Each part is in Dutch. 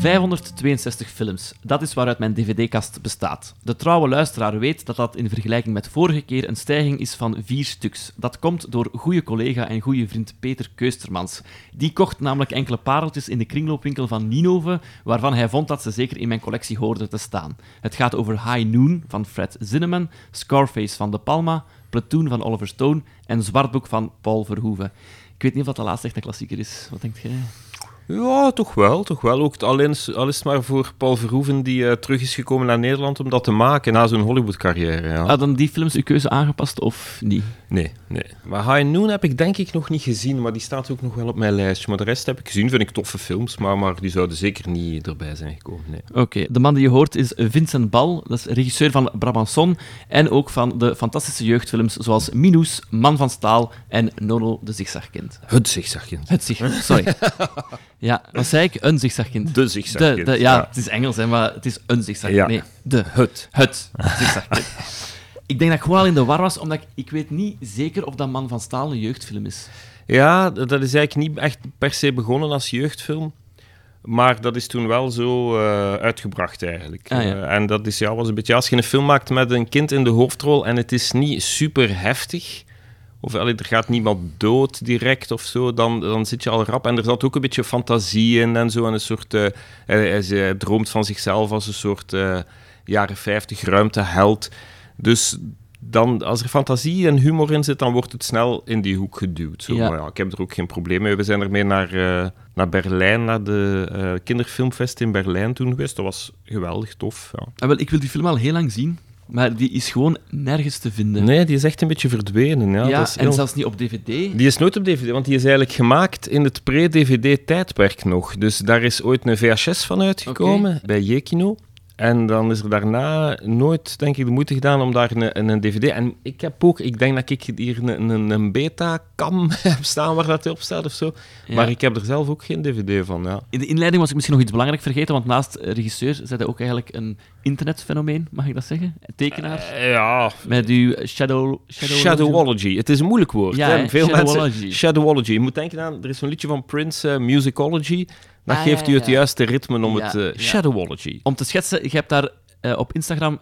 562 films. Dat is waaruit mijn dvd-kast bestaat. De trouwe luisteraar weet dat dat in vergelijking met vorige keer een stijging is van 4 stuks. Dat komt door goede collega en goede vriend Peter Keustermans. Die kocht namelijk enkele pareltjes in de kringloopwinkel van Ninove, waarvan hij vond dat ze zeker in mijn collectie hoorden te staan. Het gaat over High Noon van Fred Zinnemann, Scarface van De Palma, Platoon van Oliver Stone en Zwartboek van Paul Verhoeven. Ik weet niet of dat de laatste echt een klassieker is. Wat denkt jij? Ja, toch wel. Ook al is het maar voor Paul Verhoeven die terug is gekomen naar Nederland om dat te maken na zijn Hollywood-carrière. Ja. Hadden die films uw keuze aangepast of niet? Nee. Maar High Noon heb ik denk ik nog niet gezien, maar die staat ook nog wel op mijn lijstje. Maar de rest heb ik gezien, vind ik toffe films, maar die zouden zeker niet erbij zijn gekomen. Nee. Oké, de man die je hoort is Vincent Bal, dat is regisseur van Brabanson en ook van de fantastische jeugdfilms zoals Minus, Man van Staal en Nono de Zigzagkind. Het Zigzagkind. Sorry. Ja, wat zei ik? Een zigzagkind. De Zigzagkind. Ja, het is Engels, hè, maar het is een zigzagkind. Ja. Nee, het zigzagkind. Ik denk dat ik gewoon al in de war was, omdat ik weet niet zeker of dat Man van Staal een jeugdfilm is. Ja, dat is eigenlijk niet echt per se begonnen als jeugdfilm. Maar dat is toen wel zo uitgebracht, eigenlijk. En dat is, was een beetje... Als je een film maakt met een kind in de hoofdrol en het is niet super heftig... Of er gaat niemand dood direct of zo, dan zit je al rap. En er zat ook een beetje fantasie in en zo. En een soort... hij droomt van zichzelf als een soort jaren 50 ruimteheld. Dus dan, als er fantasie en humor in zit, dan wordt het snel in die hoek geduwd. Zo. Ja. Maar ik heb er ook geen probleem mee. We zijn ermee naar Berlijn, naar de kinderfilmfest in Berlijn toen geweest. Dat was geweldig tof. Ja. Ik wil die film al heel lang zien. Maar die is gewoon nergens te vinden. Nee, die is echt een beetje verdwenen. Ja, dat is en zelfs niet op DVD. Die is nooit op DVD, want die is eigenlijk gemaakt in het pre-DVD-tijdperk nog. Dus daar is ooit een VHS van uitgekomen, bij Jekino. En dan is er daarna nooit, denk ik, de moeite gedaan om daar een DVD... En ik denk dat ik hier een beta-cam heb staan waar dat op staat of zo. Ja. Maar ik heb er zelf ook geen DVD van, ja. In de inleiding was ik misschien nog iets belangrijks vergeten, want naast regisseur zei hij ook eigenlijk een internetfenomeen, mag ik dat zeggen? Tekenaar? Ja. Met uw Shadowology. Het is een moeilijk woord. Ja, hè? Veel Shadowology. Mensen... Shadowology. Je moet denken aan... Er is zo'n liedje van Prince, Musicology. Dat geeft u het juiste ritme om het... Shadowology. Om te schetsen, je hebt daar op Instagram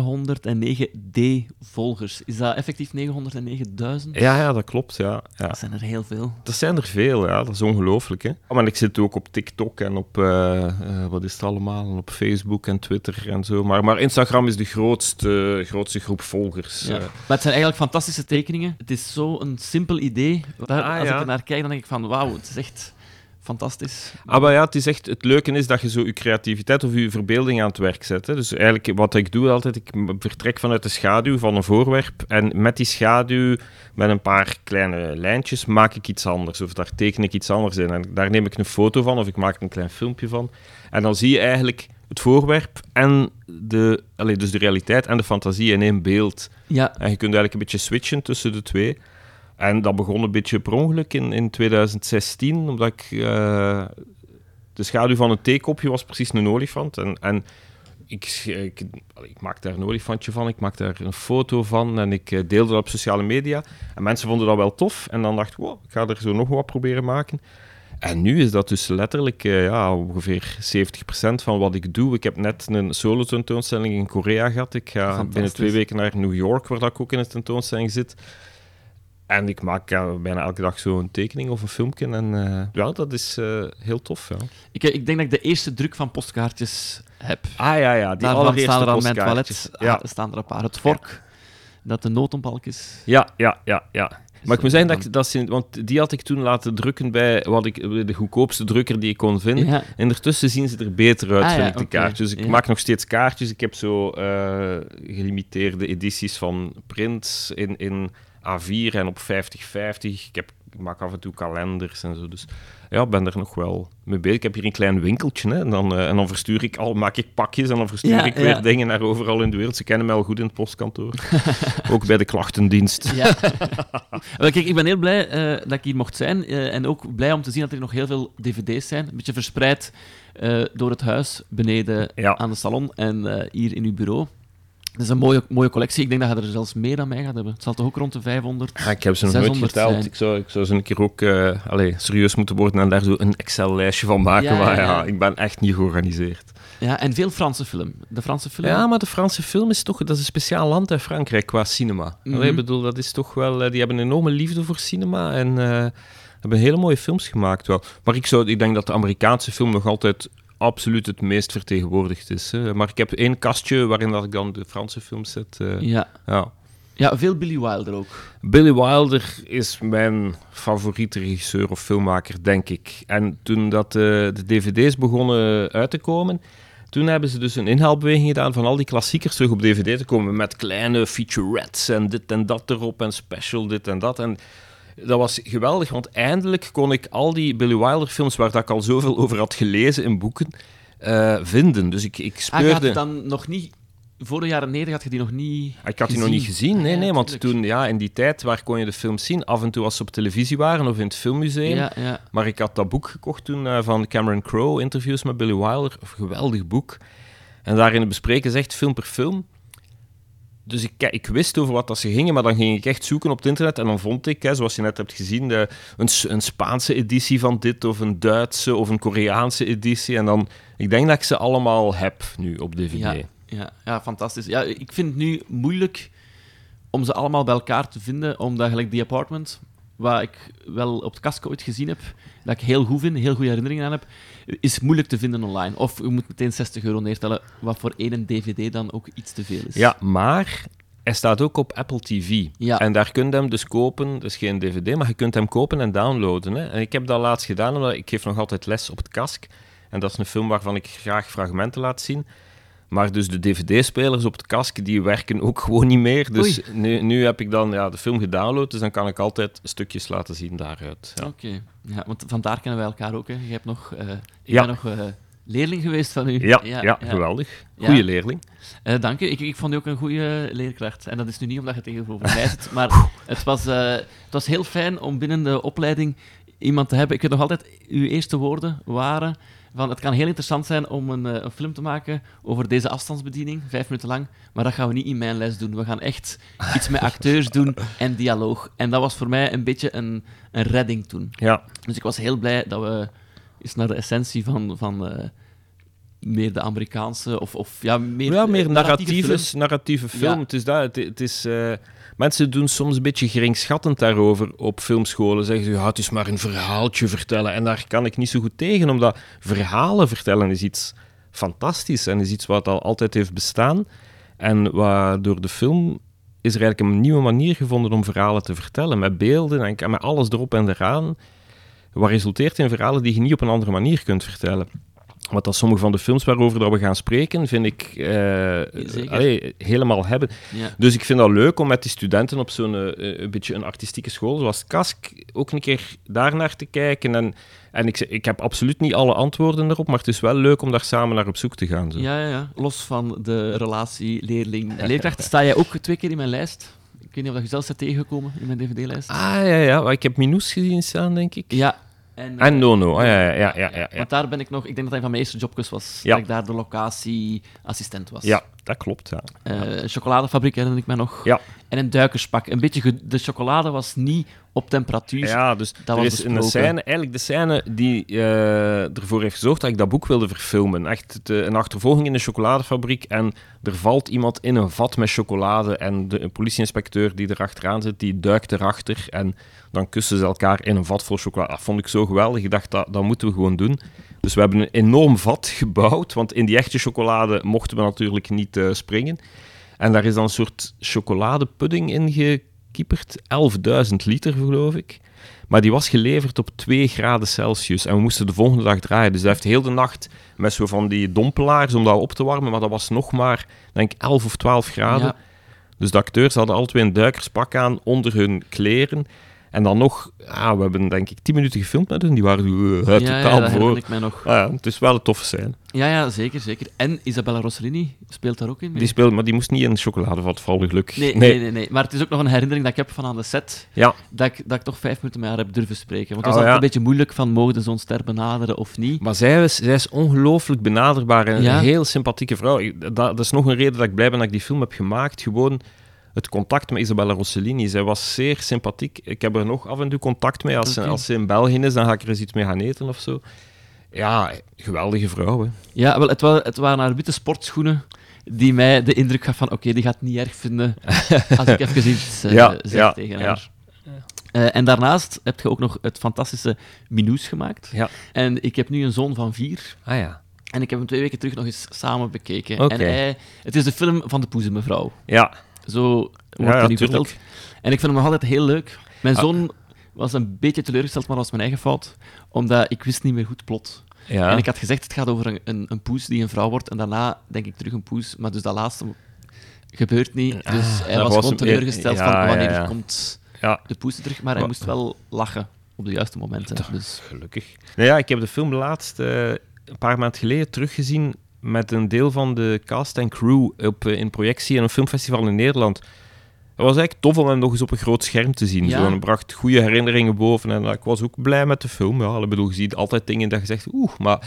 909D-volgers. Is dat effectief 909.000? Ja, dat klopt, ja. Dat zijn er heel veel. Dat zijn er veel, ja. Dat is ongelooflijk, hè. Maar ik zit ook op TikTok en op... wat is het allemaal? En op Facebook en Twitter en zo. Maar Instagram is de grootste groep volgers. Ja. Maar het zijn eigenlijk fantastische tekeningen. Het is zo'n simpel idee. Als ik er naar kijk, dan denk ik van... Wauw, het is echt... fantastisch. Maar ja, het leuke is dat je zo je creativiteit of je verbeelding aan het werk zet. Hè. Dus eigenlijk wat ik doe altijd, ik vertrek vanuit de schaduw van een voorwerp en met die schaduw, met een paar kleine lijntjes, maak ik iets anders. Of daar teken ik iets anders in. En daar neem ik een foto van of ik maak er een klein filmpje van. En dan zie je eigenlijk het voorwerp en dus de realiteit en de fantasie in één beeld. Ja. En je kunt eigenlijk een beetje switchen tussen de twee. En dat begon een beetje per ongeluk in 2016, omdat ik... de schaduw van een theekopje was precies een olifant. En ik maak daar een olifantje van, ik maak daar een foto van en ik deelde dat op sociale media. En mensen vonden dat wel tof. En dan dacht ik, wow, ik ga er zo nog wat proberen maken. En nu is dat dus letterlijk ongeveer 70% van wat ik doe. Ik heb net een solo-tentoonstelling in Korea gehad. Ik ga binnen 2 weken naar New York, waar ik ook in een tentoonstelling zit. En ik maak bijna elke dag zo'n tekening of een filmpje. En dat is heel tof. Ja. Ik denk dat ik de eerste druk van postkaartjes heb. Ja. Die daarvan allereerste staan er aan mijn postkaartjes. toilet. Staan er een paar. Het vork, dat de notenbalk is. Ja. Maar ik moet zeggen, want die had ik toen laten drukken bij de goedkoopste drukker die ik kon vinden. Ja. En ondertussen zien ze er beter uit, vind ik, de kaartjes. Dus ik maak nog steeds kaartjes. Ik heb zo gelimiteerde edities van prints in A4 en op 50-50. Ik maak af en toe kalenders en zo. Dus ja, ik ben er nog wel mee bezig. Ik heb hier een klein winkeltje, hè, en dan maak ik pakjes en dan verstuur ik weer dingen naar overal in de wereld. Ze kennen mij al goed in het postkantoor. Ook bij de klachtendienst. Ja. Kijk, ik ben heel blij dat ik hier mocht zijn. En ook blij om te zien dat er nog heel veel dvd's zijn. Een beetje verspreid door het huis, beneden aan de salon en hier in uw bureau. Het is een mooie collectie. Ik denk dat je er zelfs meer dan mij gaat hebben. Het zal toch ook rond de 500, Ja, ik heb ze nog nooit 600 geteld. zijn. Ik zou ze een keer ook serieus moeten worden en daar zo een Excel-lijstje van maken. Ja, maar ja. ik ben echt niet georganiseerd. Ja, en veel Franse film. De Franse film... Ja, maar de Franse film is toch... Dat is een speciaal land in Frankrijk qua cinema. Mhm. Ik bedoel, dat is toch wel... die hebben een enorme liefde voor cinema en hebben hele mooie films gemaakt wel. Maar ik denk dat de Amerikaanse film nog altijd absoluut het meest vertegenwoordigd is. Hè. Maar ik heb één kastje waarin dat ik dan de Franse films zet. Ja. Ja. Ja, veel Billy Wilder ook. Billy Wilder is mijn favoriete regisseur of filmmaker, denk ik. En toen dat de dvd's begonnen uit te komen, toen hebben ze dus een inhaalbeweging gedaan van al die klassiekers terug op dvd te komen, met kleine featurettes en dit en dat erop en special dit en dat. En dat was geweldig, want eindelijk kon ik al die Billy Wilder films, waar dat ik al zoveel over had gelezen in boeken, vinden. Dus ik speurde... Je had het dan nog niet... Voor de jaren 90 had je die nog niet Ik had die nog niet gezien, nee, want tuurlijk. toen, in die tijd, waar kon je de films zien? Af en toe als ze op televisie waren of in het filmmuseum. Ja. Maar ik had dat boek gekocht toen van Cameron Crowe, Interviews met Billy Wilder. Een geweldig boek. En daarin bespreken ze echt film per film. Dus ik wist over wat dat ze gingen, maar dan ging ik echt zoeken op het internet. En dan vond ik, zoals je net hebt gezien, een Spaanse editie van dit, of een Duitse, of een Koreaanse editie. En dan, ik denk dat ik ze allemaal heb nu op DVD. Ja, fantastisch. Ja, ik vind het nu moeilijk om ze allemaal bij elkaar te vinden, omdat gelijk The Apartment, waar ik wel op het Casco ooit gezien heb, dat ik heel goed vind, heel goede herinneringen aan heb, is moeilijk te vinden online. Of je moet meteen €60 neertellen, wat voor één DVD dan ook iets te veel is. Ja, maar hij staat ook op Apple TV. Ja. En daar kun je hem dus kopen. Dus geen DVD, maar je kunt hem kopen en downloaden. Hè. En ik heb dat laatst gedaan, omdat ik geef nog altijd les op het KASK. En dat is een film waarvan ik graag fragmenten laat zien. Maar dus de DVD-spelers op het KASK, die werken ook gewoon niet meer. Dus nu heb ik dan de film gedownload, dus dan kan ik altijd stukjes laten zien daaruit. Ja. Oké. Ja, want vandaar kennen wij elkaar ook. Hè. Je hebt nog... ik ben nog leerling geweest van u. Ja, geweldig. Goeie leerling. Dank u. Ik vond u ook een goede leerkracht. En dat is nu niet omdat je tegenover mij zit, maar het was heel fijn om binnen de opleiding iemand te hebben. Ik weet nog altijd, uw eerste woorden waren van het kan heel interessant zijn om een film te maken over deze afstandsbediening, 5 minuten lang, maar dat gaan we niet in mijn les doen. We gaan echt iets met acteurs doen en dialoog. En dat was voor mij een beetje een redding toen. Ja. Dus ik was heel blij dat we eens naar de essentie van meer de Amerikaanse meer narratieve film. Ja. Het is dat. Het is, mensen doen soms een beetje geringschattend daarover op filmscholen. Zeggen ze, het is maar een verhaaltje vertellen. En daar kan ik niet zo goed tegen, omdat verhalen vertellen is iets fantastisch en is iets wat al altijd heeft bestaan. En door de film is er eigenlijk een nieuwe manier gevonden om verhalen te vertellen, met beelden en met alles erop en eraan, wat resulteert in verhalen die je niet op een andere manier kunt vertellen. Wat dat sommige van de films waarover dat we gaan spreken, vind ik helemaal hebben. Ja. Dus ik vind dat leuk om met die studenten op zo'n een beetje een artistieke school, zoals KASK, ook een keer daarnaar te kijken. En ik heb absoluut niet alle antwoorden erop, maar het is wel leuk om daar samen naar op zoek te gaan. Zo. Ja. Los van de relatie leerling-leerkracht sta jij ook 2 keer in mijn lijst. Ik weet niet of je zelfs bent tegengekomen in mijn DVD-lijst. Ja. Ik heb Minous gezien staan, denk ik. Ja. En Nono. Ja. Want daar ben ik nog... Ik denk dat hij van mijn eerste jobjes was. Ja. Dat ik daar de locatieassistent was. Ja, dat klopt, ja. Een chocoladefabriek herinner ik me nog. Ja. En een duikerspak. Een beetje... De chocolade was niet op temperatuur. Ja, dus dat er was is een scène, eigenlijk de scène die ervoor heeft gezorgd dat ik dat boek wilde verfilmen. Echt een achtervolging in een chocoladefabriek en er valt iemand in een vat met chocolade en de politieinspecteur die erachteraan zit, die duikt erachter en dan kussen ze elkaar in een vat vol chocolade. Dat vond ik zo geweldig. Ik dacht, dat moeten we gewoon doen. Dus we hebben een enorm vat gebouwd, want in die echte chocolade mochten we natuurlijk niet springen. En daar is dan een soort chocoladepudding in gekieperd, 11.000 liter, geloof ik. Maar die was geleverd op 2 graden Celsius en we moesten de volgende dag draaien. Dus dat heeft heel de nacht met zo van die dompelaars om dat op te warmen, maar dat was nog maar, denk ik, 11 of 12 graden. Ja. Dus de acteurs hadden alle 2 een duikerspak aan onder hun kleren. En dan nog, we hebben denk ik 10 minuten gefilmd met hun. Die waren totaal dat voor. herinner ik mij nog. Het is wel een toffe scène. Ja, zeker, zeker. En Isabella Rossellini speelt daar ook in mee. Die speelt, maar die moest niet in chocoladevat vallen, gelukkig. Nee. Maar het is ook nog een herinnering dat ik heb van aan de set. Ja. Dat ik toch 5 minuten met haar heb durven spreken. Want het was altijd een beetje moeilijk van, mogen zo'n ster benaderen of niet? Maar zij is ongelooflijk benaderbaar en een heel sympathieke vrouw. Dat is nog een reden dat ik blij ben dat ik die film heb gemaakt. Gewoon het contact met Isabella Rossellini. Zij was zeer sympathiek. Ik heb er nog af en toe contact mee. Als ze in België is, dan ga ik er eens iets mee gaan eten of zo. Ja, geweldige vrouw, hè. Ja, wel, het waren haar witte sportschoenen die mij de indruk gaf van, oké, die gaat het niet erg vinden als ik even iets zeg tegen haar. En daarnaast heb je ook nog het fantastische Minous gemaakt. Ja. En ik heb nu een zoon van 4. Ah ja. En ik heb hem 2 weken terug nog eens samen bekeken. En het is de film van de poezenmevrouw. Ja. Zo wordt er nu verteld. En ik vind hem nog altijd heel leuk. Mijn zoon was een beetje teleurgesteld, maar dat was mijn eigen fout. Omdat ik wist niet meer goed plot. Ja. En ik had gezegd, het gaat over een poes die een vrouw wordt. En daarna denk ik terug een poes. Maar dus dat laatste gebeurt niet. Dus hij was gewoon teleurgesteld van wanneer komt de poes terug. Maar hij moest wel lachen op de juiste momenten. Dus. Gelukkig. Nou ja, ik heb de film laatst een paar maanden geleden teruggezien met een deel van de cast en crew in projectie in een filmfestival in Nederland. Het was eigenlijk tof om hem nog eens op een groot scherm te zien. Ja. Zo, en bracht goede herinneringen boven. En ik was ook blij met de film. Ja, ik bedoel, je ziet altijd dingen dat je zegt... maar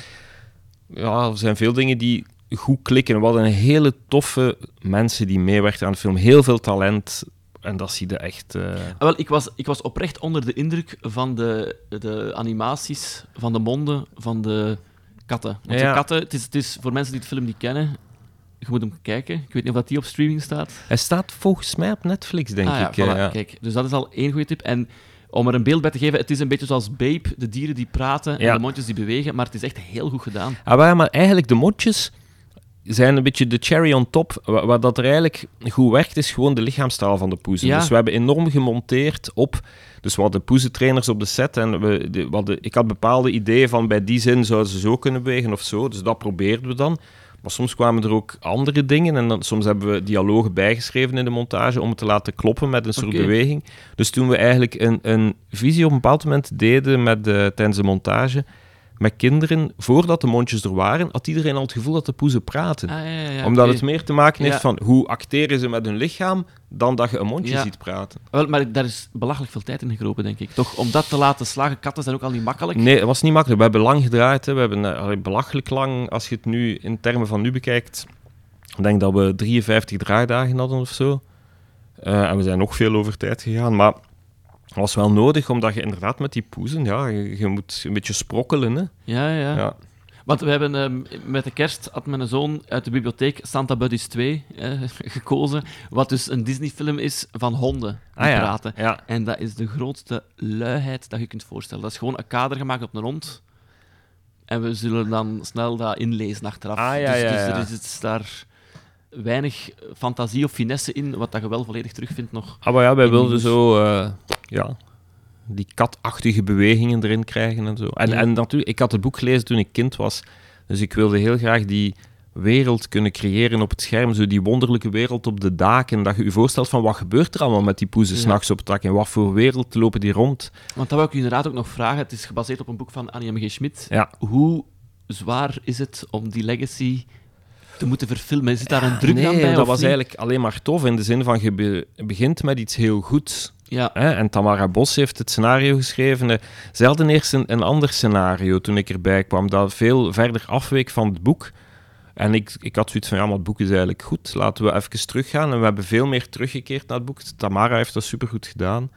ja, er zijn veel dingen die goed klikken. We hadden een hele toffe mensen die meewerkten aan de film. Heel veel talent. En dat zie je echt... Wel, ik was oprecht onder de indruk van de animaties, van de monden, van de katten. Want de katten, het is voor mensen die de film niet kennen... Je moet hem kijken. Ik weet niet of dat die op streaming staat. Hij staat volgens mij op Netflix, denk ik. Voilà, ja. Kijk, dus dat is al één goede tip. En om er een beeld bij te geven, het is een beetje zoals Babe, de dieren die praten en de mondjes die bewegen, maar het is echt heel goed gedaan. Maar eigenlijk, de mondjes zijn een beetje de cherry on top. Wat dat er eigenlijk goed werkt, is gewoon de lichaamstaal van de poezen. Ja. Dus we hebben enorm gemonteerd op... Dus we hadden poezentrainers op de set en ik had bepaalde ideeën van bij die zin zouden ze zo kunnen bewegen of zo. Dus dat probeerden we dan. Maar soms kwamen er ook andere dingen en soms hebben we dialogen bijgeschreven in de montage om het te laten kloppen met een soort beweging. Dus toen we eigenlijk een visie op een bepaald moment deden tijdens de montage met kinderen, voordat de mondjes er waren, had iedereen al het gevoel dat de poezen praten. Omdat het meer te maken heeft van hoe acteren ze met hun lichaam dan dat je een mondje ziet praten. Wel, maar daar is belachelijk veel tijd in gegropen, denk ik. Toch, om dat te laten slagen, katten zijn ook al niet makkelijk. Nee, het was niet makkelijk. We hebben lang gedraaid. Hè. We hebben belachelijk lang, als je het nu in termen van nu bekijkt, ik denk dat we 53 draaidagen hadden of zo. En we zijn nog veel over tijd gegaan, maar het was wel nodig, omdat je inderdaad met die poezen, je moet een beetje sprokkelen. Hè. Ja. Want we hebben met de kerst had mijn zoon uit de bibliotheek Santa Buddies 2 gekozen, wat dus een Disney-film is van honden die praten. Ja. En dat is de grootste luiheid dat je kunt voorstellen. Dat is gewoon een kader gemaakt op een hond. En we zullen dan snel dat inlezen achteraf. Dus er is daar weinig fantasie of finesse in, wat dat je wel volledig terugvindt nog. Maar wij wilden zo... die katachtige bewegingen erin krijgen en zo. En natuurlijk, ik had het boek gelezen toen ik kind was, dus ik wilde heel graag die wereld kunnen creëren op het scherm, zo die wonderlijke wereld op de daken, dat je je voorstelt van wat gebeurt er allemaal met die poezen 's nachts op het dak, en wat voor wereld lopen die rond. Want dat wil ik u inderdaad ook nog vragen, het is gebaseerd op een boek van Annie M.G. Schmidt. Ja. Hoe zwaar is het om die legacy te moeten verfilmen? Zit daar een druk aan bij? Nee, dat was eigenlijk alleen maar tof, in de zin van je begint met iets heel goeds. Ja. En Tamara Bos heeft het scenario geschreven. Zij hadden eerst een ander scenario toen ik erbij kwam, dat veel verder afweek van het boek. En ik had zoiets van, maar het boek is eigenlijk goed. Laten we even teruggaan. En we hebben veel meer teruggekeerd naar het boek. Tamara heeft dat supergoed gedaan.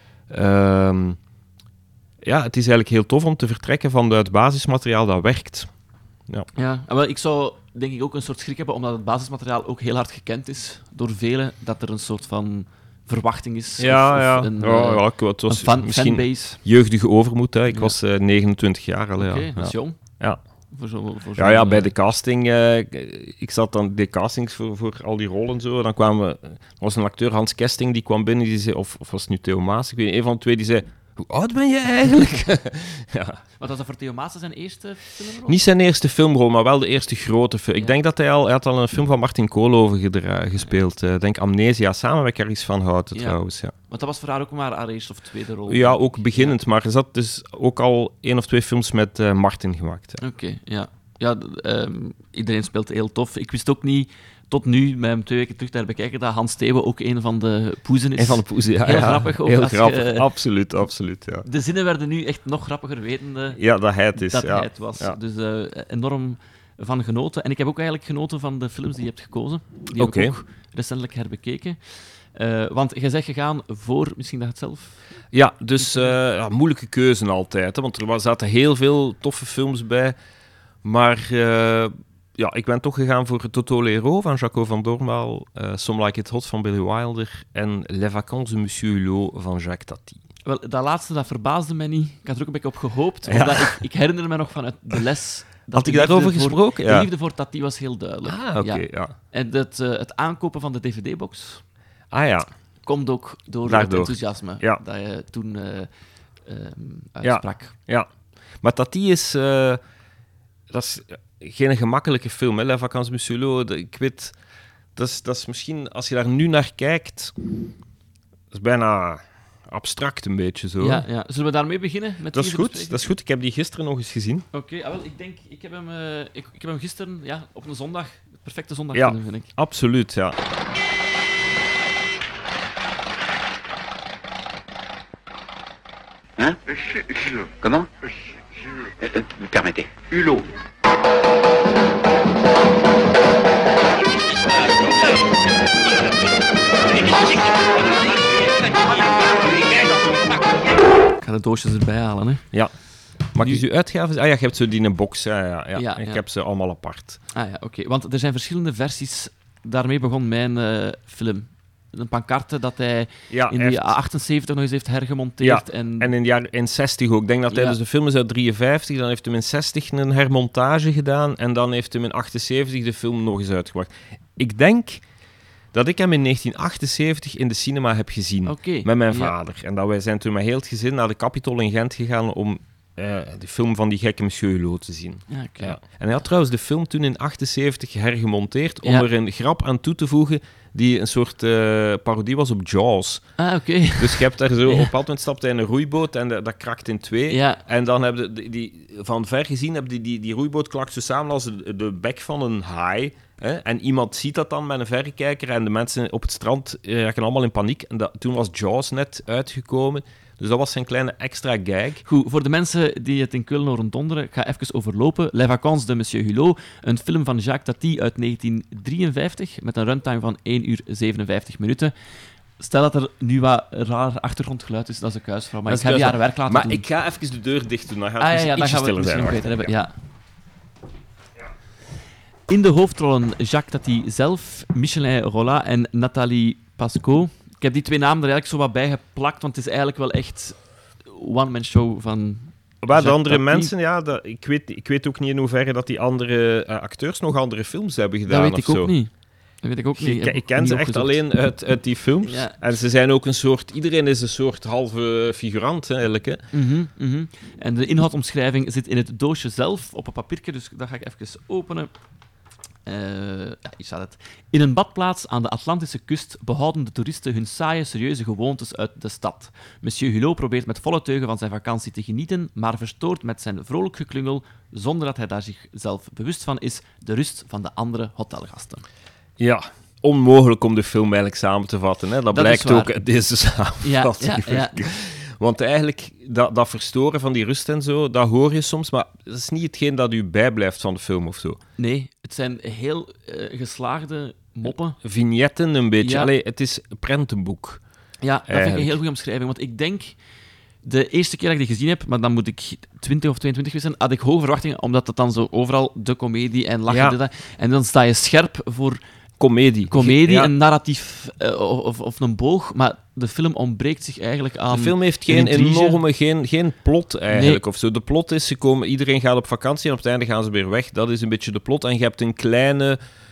Het is eigenlijk heel tof om te vertrekken van het basismateriaal dat werkt. Ja, wel, ik zou denk ik ook een soort schrik hebben, omdat het basismateriaal ook heel hard gekend is door velen, dat er een soort van verwachting is. Het was misschien fanbase. Jeugdige overmoed. Hè. Ik was 29 jaar al. Oké, dat is jong. Ja. Voor bij de casting. Ik zat dan de castings voor al die rollen zo. Dan was een acteur, Hans Kesting, die kwam binnen, die zei, of was het nu Theo Maas? Ik weet niet, een van de twee, die zei: Hoe oud ben je eigenlijk? Ja. Wat was dat voor Theo Maassen zijn eerste filmrol? Niet zijn eerste filmrol, maar wel de eerste grote film. Ja. Ik denk dat hij had al een film van Martin Koolhoven gespeeld. Ik denk Amnesia, samen met Carice van Houten trouwens. Ja. Want dat was voor haar ook maar haar eerste of tweede rol. Ja, ook beginnend, maar er zat dus ook al 1 of 2 films met Martin gemaakt. Ja. Oké, ja. Ja, iedereen speelt heel tof. Ik wist ook niet, tot nu, met hem 2 weken terug daar bekijken, dat Hans Theeuwen ook een van de poezen is. Een van de poezen, ja. Heel grappig ook. Heel als grappig, je- absoluut, ja. De zinnen werden nu echt nog grappiger wetende Ja, dat hij het is, dat ja. hij het was. Ja. Dus enorm van genoten. En ik heb ook eigenlijk genoten van de films die je hebt gekozen. Die heb Oké. ik ook recentelijk herbekeken. Want jij zegt gegaan voor, misschien dat je het zelf... Ja, dus moeilijke keuze altijd, hè, want er zaten heel veel toffe films bij. Maar ik ben toch gegaan voor Toto Lero van Jaco van Dormaal, Some Like It Hot van Billy Wilder en Les Vacances de Monsieur Hulot van Jacques Tati. Wel, dat laatste, dat verbaasde mij niet. Ik had er ook een beetje op gehoopt. Ja. Omdat ik herinner me nog vanuit de les... dat Had ik de liefde daarover voor- gesproken? De Ja. liefde voor Tati was heel duidelijk. Ah, oké, Ja. ja. En het aankopen van de DVD-box Ah ja, komt ook door het Daardoor. enthousiasme Ja. dat je toen uitsprak. ja. Maar Tati is... dat is geen gemakkelijke film, hè, Les Vacances de Monsieur Hulot. Ik weet... Dat is misschien... Als je daar nu naar kijkt... Dat is bijna abstract een beetje zo. Ja, ja. Zullen we daarmee beginnen? Met Dat is die goed, bespreken? dat is goed. Ik heb die gisteren nog eens gezien. Oké, wel, ik denk, ik heb hem gisteren op een zondag, perfecte zondag Ja. vind ik. Absoluut, ja. Hein? Comment? Permettez. Hulot. Ik ga de doosjes erbij halen, hè. Ja. Mag Nu- ik u uitgaven? Ah ja, je hebt zo die in een box. Ja. Ja, Ik ja. heb ze allemaal apart. Ah ja, oké. Want er zijn verschillende versies. Daarmee begon mijn film. Een pancarte dat hij Ja, in hij die heeft- 78 nog eens heeft hergemonteerd. En En in 60 ook. Ik denk dat hij Ja. dus de film is uit 53, dan heeft hij in 60 een hermontage gedaan en dan heeft hij in 78 de film nog eens uitgebracht. Ik denk dat ik hem in 1978 in de cinema heb gezien. Oké, Met mijn ja. vader. En dat wij zijn toen met heel het gezin naar de Capitol in Gent gegaan om de film van die gekke Monsieur Hulot te zien. Ja, oké. Ja. En hij had trouwens de film toen in 78 hergemonteerd om Ja. er een grap aan toe te voegen die een soort parodie was op Jaws. Ah, oké. Dus je hebt daar zo, Ja. op een bepaald moment stapt hij in een roeiboot en dat krakt in 2. Ja. En dan hebben die van ver gezien, hebben die roeiboot klakt zo samen als de bek van een haai. Hè? En iemand ziet dat dan met een verrekijker en de mensen op het strand raken allemaal in paniek. En toen was Jaws net uitgekomen. Dus dat was zijn kleine extra gag. Goed, voor de mensen die het in Keulen horen donderen, ik ga even overlopen. Les Vacances de Monsieur Hulot, een film van Jacques Tati uit 1953, met een runtime van 1 uur 57 minuten. Stel dat er nu wat raar achtergrondgeluid is, dat is een kuisvrouw, maar Dat ik is heb je haar kuisvrouw. werk laten Maar doen. ik ga even de deur dicht doen, dan gaat Ah het ja, ja, dan ietsje gaan we het stiller misschien zijn. beter wacht. hebben. Ja. In de hoofdrollen Jacques Tati zelf, Michelin Rolla en Nathalie Pasco. Ik heb die 2 namen er eigenlijk zo wat bij geplakt, want het is eigenlijk wel echt one-man show van Maar de Jacques andere Tati. mensen, ja, ik weet ook niet in hoeverre dat die andere acteurs nog andere films hebben gedaan Dat weet of ik zo. ook niet. Dat weet ik ook niet. Ik ken ze echt alleen uit die films. Ja. En ze zijn ook een soort... Iedereen is een soort halve figurant, hè, eigenlijk. Hè. En de inhoudomschrijving zit in het doosje zelf op een papiertje, dus dat ga ik even openen. Ja, hier staat het. In een badplaats aan de Atlantische kust behouden de toeristen hun saaie, serieuze gewoontes uit de stad. Monsieur Hulot probeert met volle teugen van zijn vakantie te genieten, maar verstoort met zijn vrolijk geklungel, zonder dat hij daar zichzelf bewust van is, de rust van de andere hotelgasten. Ja, onmogelijk om de film eigenlijk samen te vatten. Hè. Dat Dat blijkt is waar. ook uit deze samenvatting. Ja. Want eigenlijk, dat verstoren van die rust en zo, dat hoor je soms, maar dat is niet hetgeen dat u bijblijft van de film of zo. Nee, het zijn heel geslaagde moppen. Vignetten een beetje. Ja. Allee, het is een prentenboek. Ja, dat vind ik Eigenlijk. een heel goede omschrijving. Want ik denk, de eerste keer dat ik die gezien heb, maar dan moet ik 20 of 22 zijn, had ik hoge verwachtingen, omdat het dan zo overal de comedie en lachen. Ja. En dan sta je scherp voor Comedie. Ja. een narratief of een boog, maar de film ontbreekt zich eigenlijk aan... De film heeft een geen intrige. enorme, geen plot eigenlijk Nee. of zo. De plot is, iedereen gaat op vakantie en op het einde gaan ze weer weg. Dat is een beetje de plot. En je hebt een kleine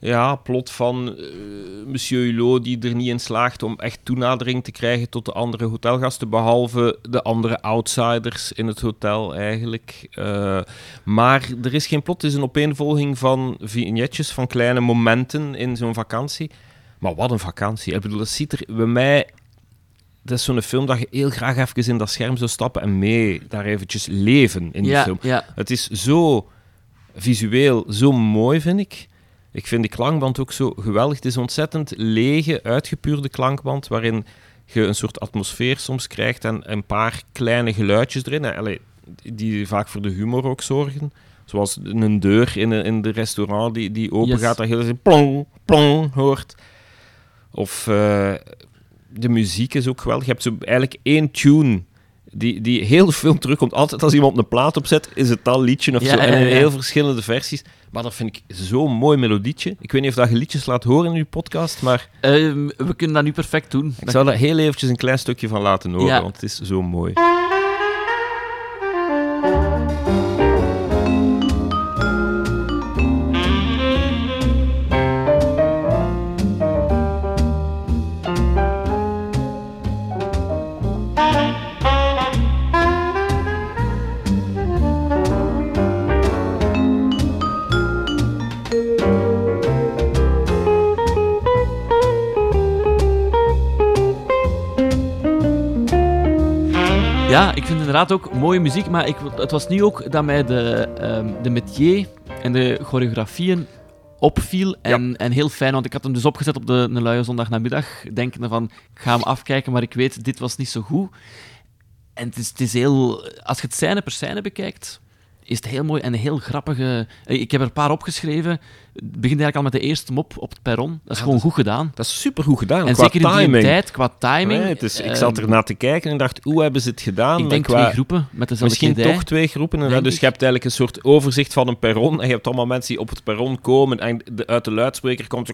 plot van Monsieur Hulot die er niet in slaagt om echt toenadering te krijgen tot de andere hotelgasten, behalve de andere outsiders in het hotel eigenlijk. Maar er is geen plot, het is een opeenvolging van vignetjes, van kleine momenten in zo'n vakantie. Maar wat een vakantie. Ik bedoel, dat ziet er bij mij... Dat is zo'n film dat je heel graag even in dat scherm zou stappen en daar eventjes leven in die film. Ja. Het is zo visueel, zo mooi, vind ik. Ik vind de klankband ook zo geweldig. Het is een ontzettend lege, uitgepuurde klankband, waarin je een soort atmosfeer soms krijgt en een paar kleine geluidjes erin. Die vaak voor de humor ook zorgen. Zoals een deur in de restaurant die open gaat, dat je plong, plong hoort. Of de muziek is ook geweldig. Je hebt zo eigenlijk één tune die heel de film terugkomt. Altijd als iemand een plaat opzet, is het dat liedje of zo. En in heel verschillende versies. Maar dat vind ik zo'n mooi melodietje. Ik weet niet of dat je liedjes laat horen in je podcast, maar... we kunnen dat nu perfect doen. Ik zou daar heel eventjes een klein stukje van laten horen, want het is zo mooi. Ja, ik vind inderdaad ook mooie muziek, maar het was nu ook dat mij de métier en de choreografieën opviel en heel fijn, want ik had hem dus opgezet op een luie zondagnamiddag, denkende van, ik ga hem afkijken, maar ik weet, dit was niet zo goed. En het is heel... Als je het scène per scène bekijkt, is het heel mooi en een heel grappige... Ik heb er een paar opgeschreven. Het begint eigenlijk al met de eerste mop op het perron. Dat is gewoon goed gedaan. Dat is supergoed gedaan, en qua zeker in timing. die tijd, qua timing. Nee, ik zat er naar te kijken en dacht, hoe hebben ze het gedaan? Ik denk 2 groepen met dezelfde misschien kledij. toch 2 groepen. Dus je hebt eigenlijk een soort overzicht van een perron en je hebt allemaal mensen die op het perron komen en uit de luidspreker komt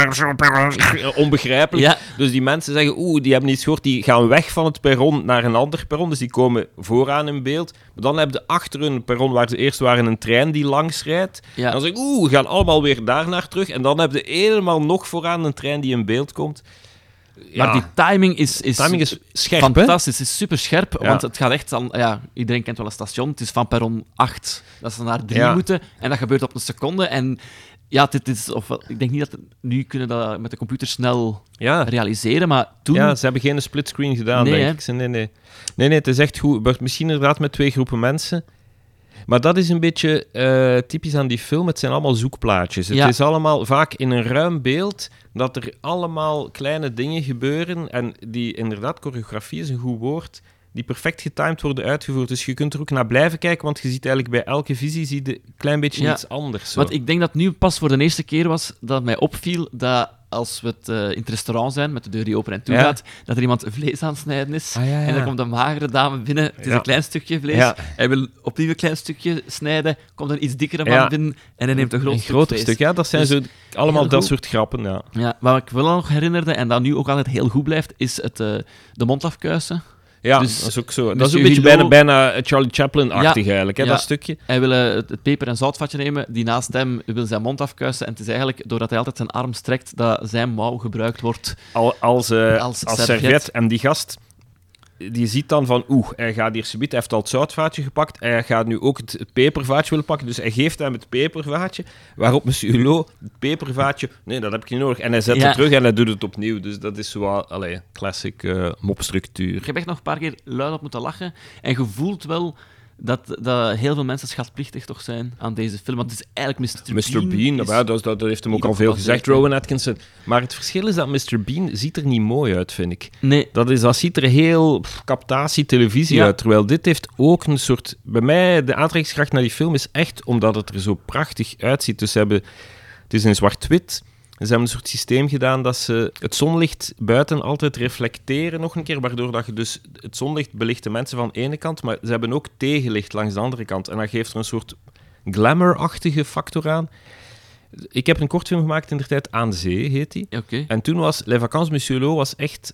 onbegrijpelijk. Ja. Dus die mensen zeggen, die hebben iets gehoord, die gaan weg van het perron naar een ander perron, dus die komen vooraan in beeld. Maar dan hebben ze achter hun perron, waar ze eerst waren, een trein die langs rijdt. Ja. En dan zeggen we gaan allemaal weer daarnaar terug. En dan heb je helemaal nog vooraan een trein die in beeld komt. Maar die timing is scherp, fantastisch. Het is super scherp, Ja. want het gaat echt aan... Ja, iedereen kent wel een station. Het is van perron 8 dat ze naar 3 Ja. moeten. En dat gebeurt op een seconde. En ja, dit is... Ik denk niet dat... Nu kunnen dat met de computer snel realiseren, maar toen... Ja, ze hebben geen splitscreen gedaan, Nee, denk ik. Nee, het is echt goed. Misschien inderdaad met 2 groepen mensen. Maar dat is een beetje typisch aan die film. Het zijn allemaal zoekplaatjes. Het is allemaal vaak in een ruim beeld dat er allemaal kleine dingen gebeuren. En die, inderdaad, choreografie is een goed woord, die perfect getimed worden uitgevoerd. Dus je kunt er ook naar blijven kijken, want je ziet eigenlijk bij elke visie een klein beetje iets anders. Zo. Want ik denk dat het nu pas voor de eerste keer was dat mij opviel dat als we in het restaurant zijn, met de deur die open en toe gaat, dat er iemand vlees aan het snijden is. En dan komt een magere dame binnen. Het is een klein stukje vlees. Ja. Hij wil opnieuw een klein stukje snijden. Komt een iets dikkere man binnen en hij neemt een groter stuk. Ja, dat zijn dus zo allemaal dat soort grappen. Ja. Wat ik wel nog herinnerde, en dat nu ook altijd heel goed blijft, is de mond afkuisen. Ja, dus, dat is ook zo. Dat is een beetje bijna Charlie Chaplin-achtig eigenlijk, hè, dat stukje. Hij wil het peper- en zoutvatje nemen, die naast hem wil zijn mond afkuisen. En het is eigenlijk, doordat hij altijd zijn arm strekt, dat zijn mouw gebruikt wordt als servet. En die gast, die ziet dan van, hij gaat hier subiet, hij heeft al het zoutvaatje gepakt, hij gaat nu ook het pepervaatje willen pakken, dus hij geeft hem het pepervaatje, waarop monsieur Hulot het pepervaatje, nee, dat heb ik niet nodig. En hij zet het terug en hij doet het opnieuw. Dus dat is zo, classic mopstructuur. Ik heb echt nog een paar keer luid op moeten lachen. En je voelt wel dat heel veel mensen schatplichtig toch zijn aan deze film. Want het is eigenlijk Mr. Bean. Dat heeft hem ook al veel gezegd, Rowan Atkinson. Maar het verschil is dat Mr. Bean ziet er niet mooi uit, vind ik. Nee. Dat ziet er heel captatie-televisie uit. Terwijl dit heeft ook een soort... Bij mij, de aantrekkingskracht naar die film is echt omdat het er zo prachtig uitziet. Dus het is in zwart-wit. Ze hebben een soort systeem gedaan dat ze het zonlicht buiten altijd reflecteren nog een keer, waardoor dat je dus het zonlicht belicht de mensen van de ene kant, maar ze hebben ook tegenlicht langs de andere kant. En dat geeft er een soort glamour-achtige factor aan. Ik heb een kortfilm gemaakt in de tijd, Aan Zee heet die. Okay. En toen was Les Vacances Monsieur Hulot was echt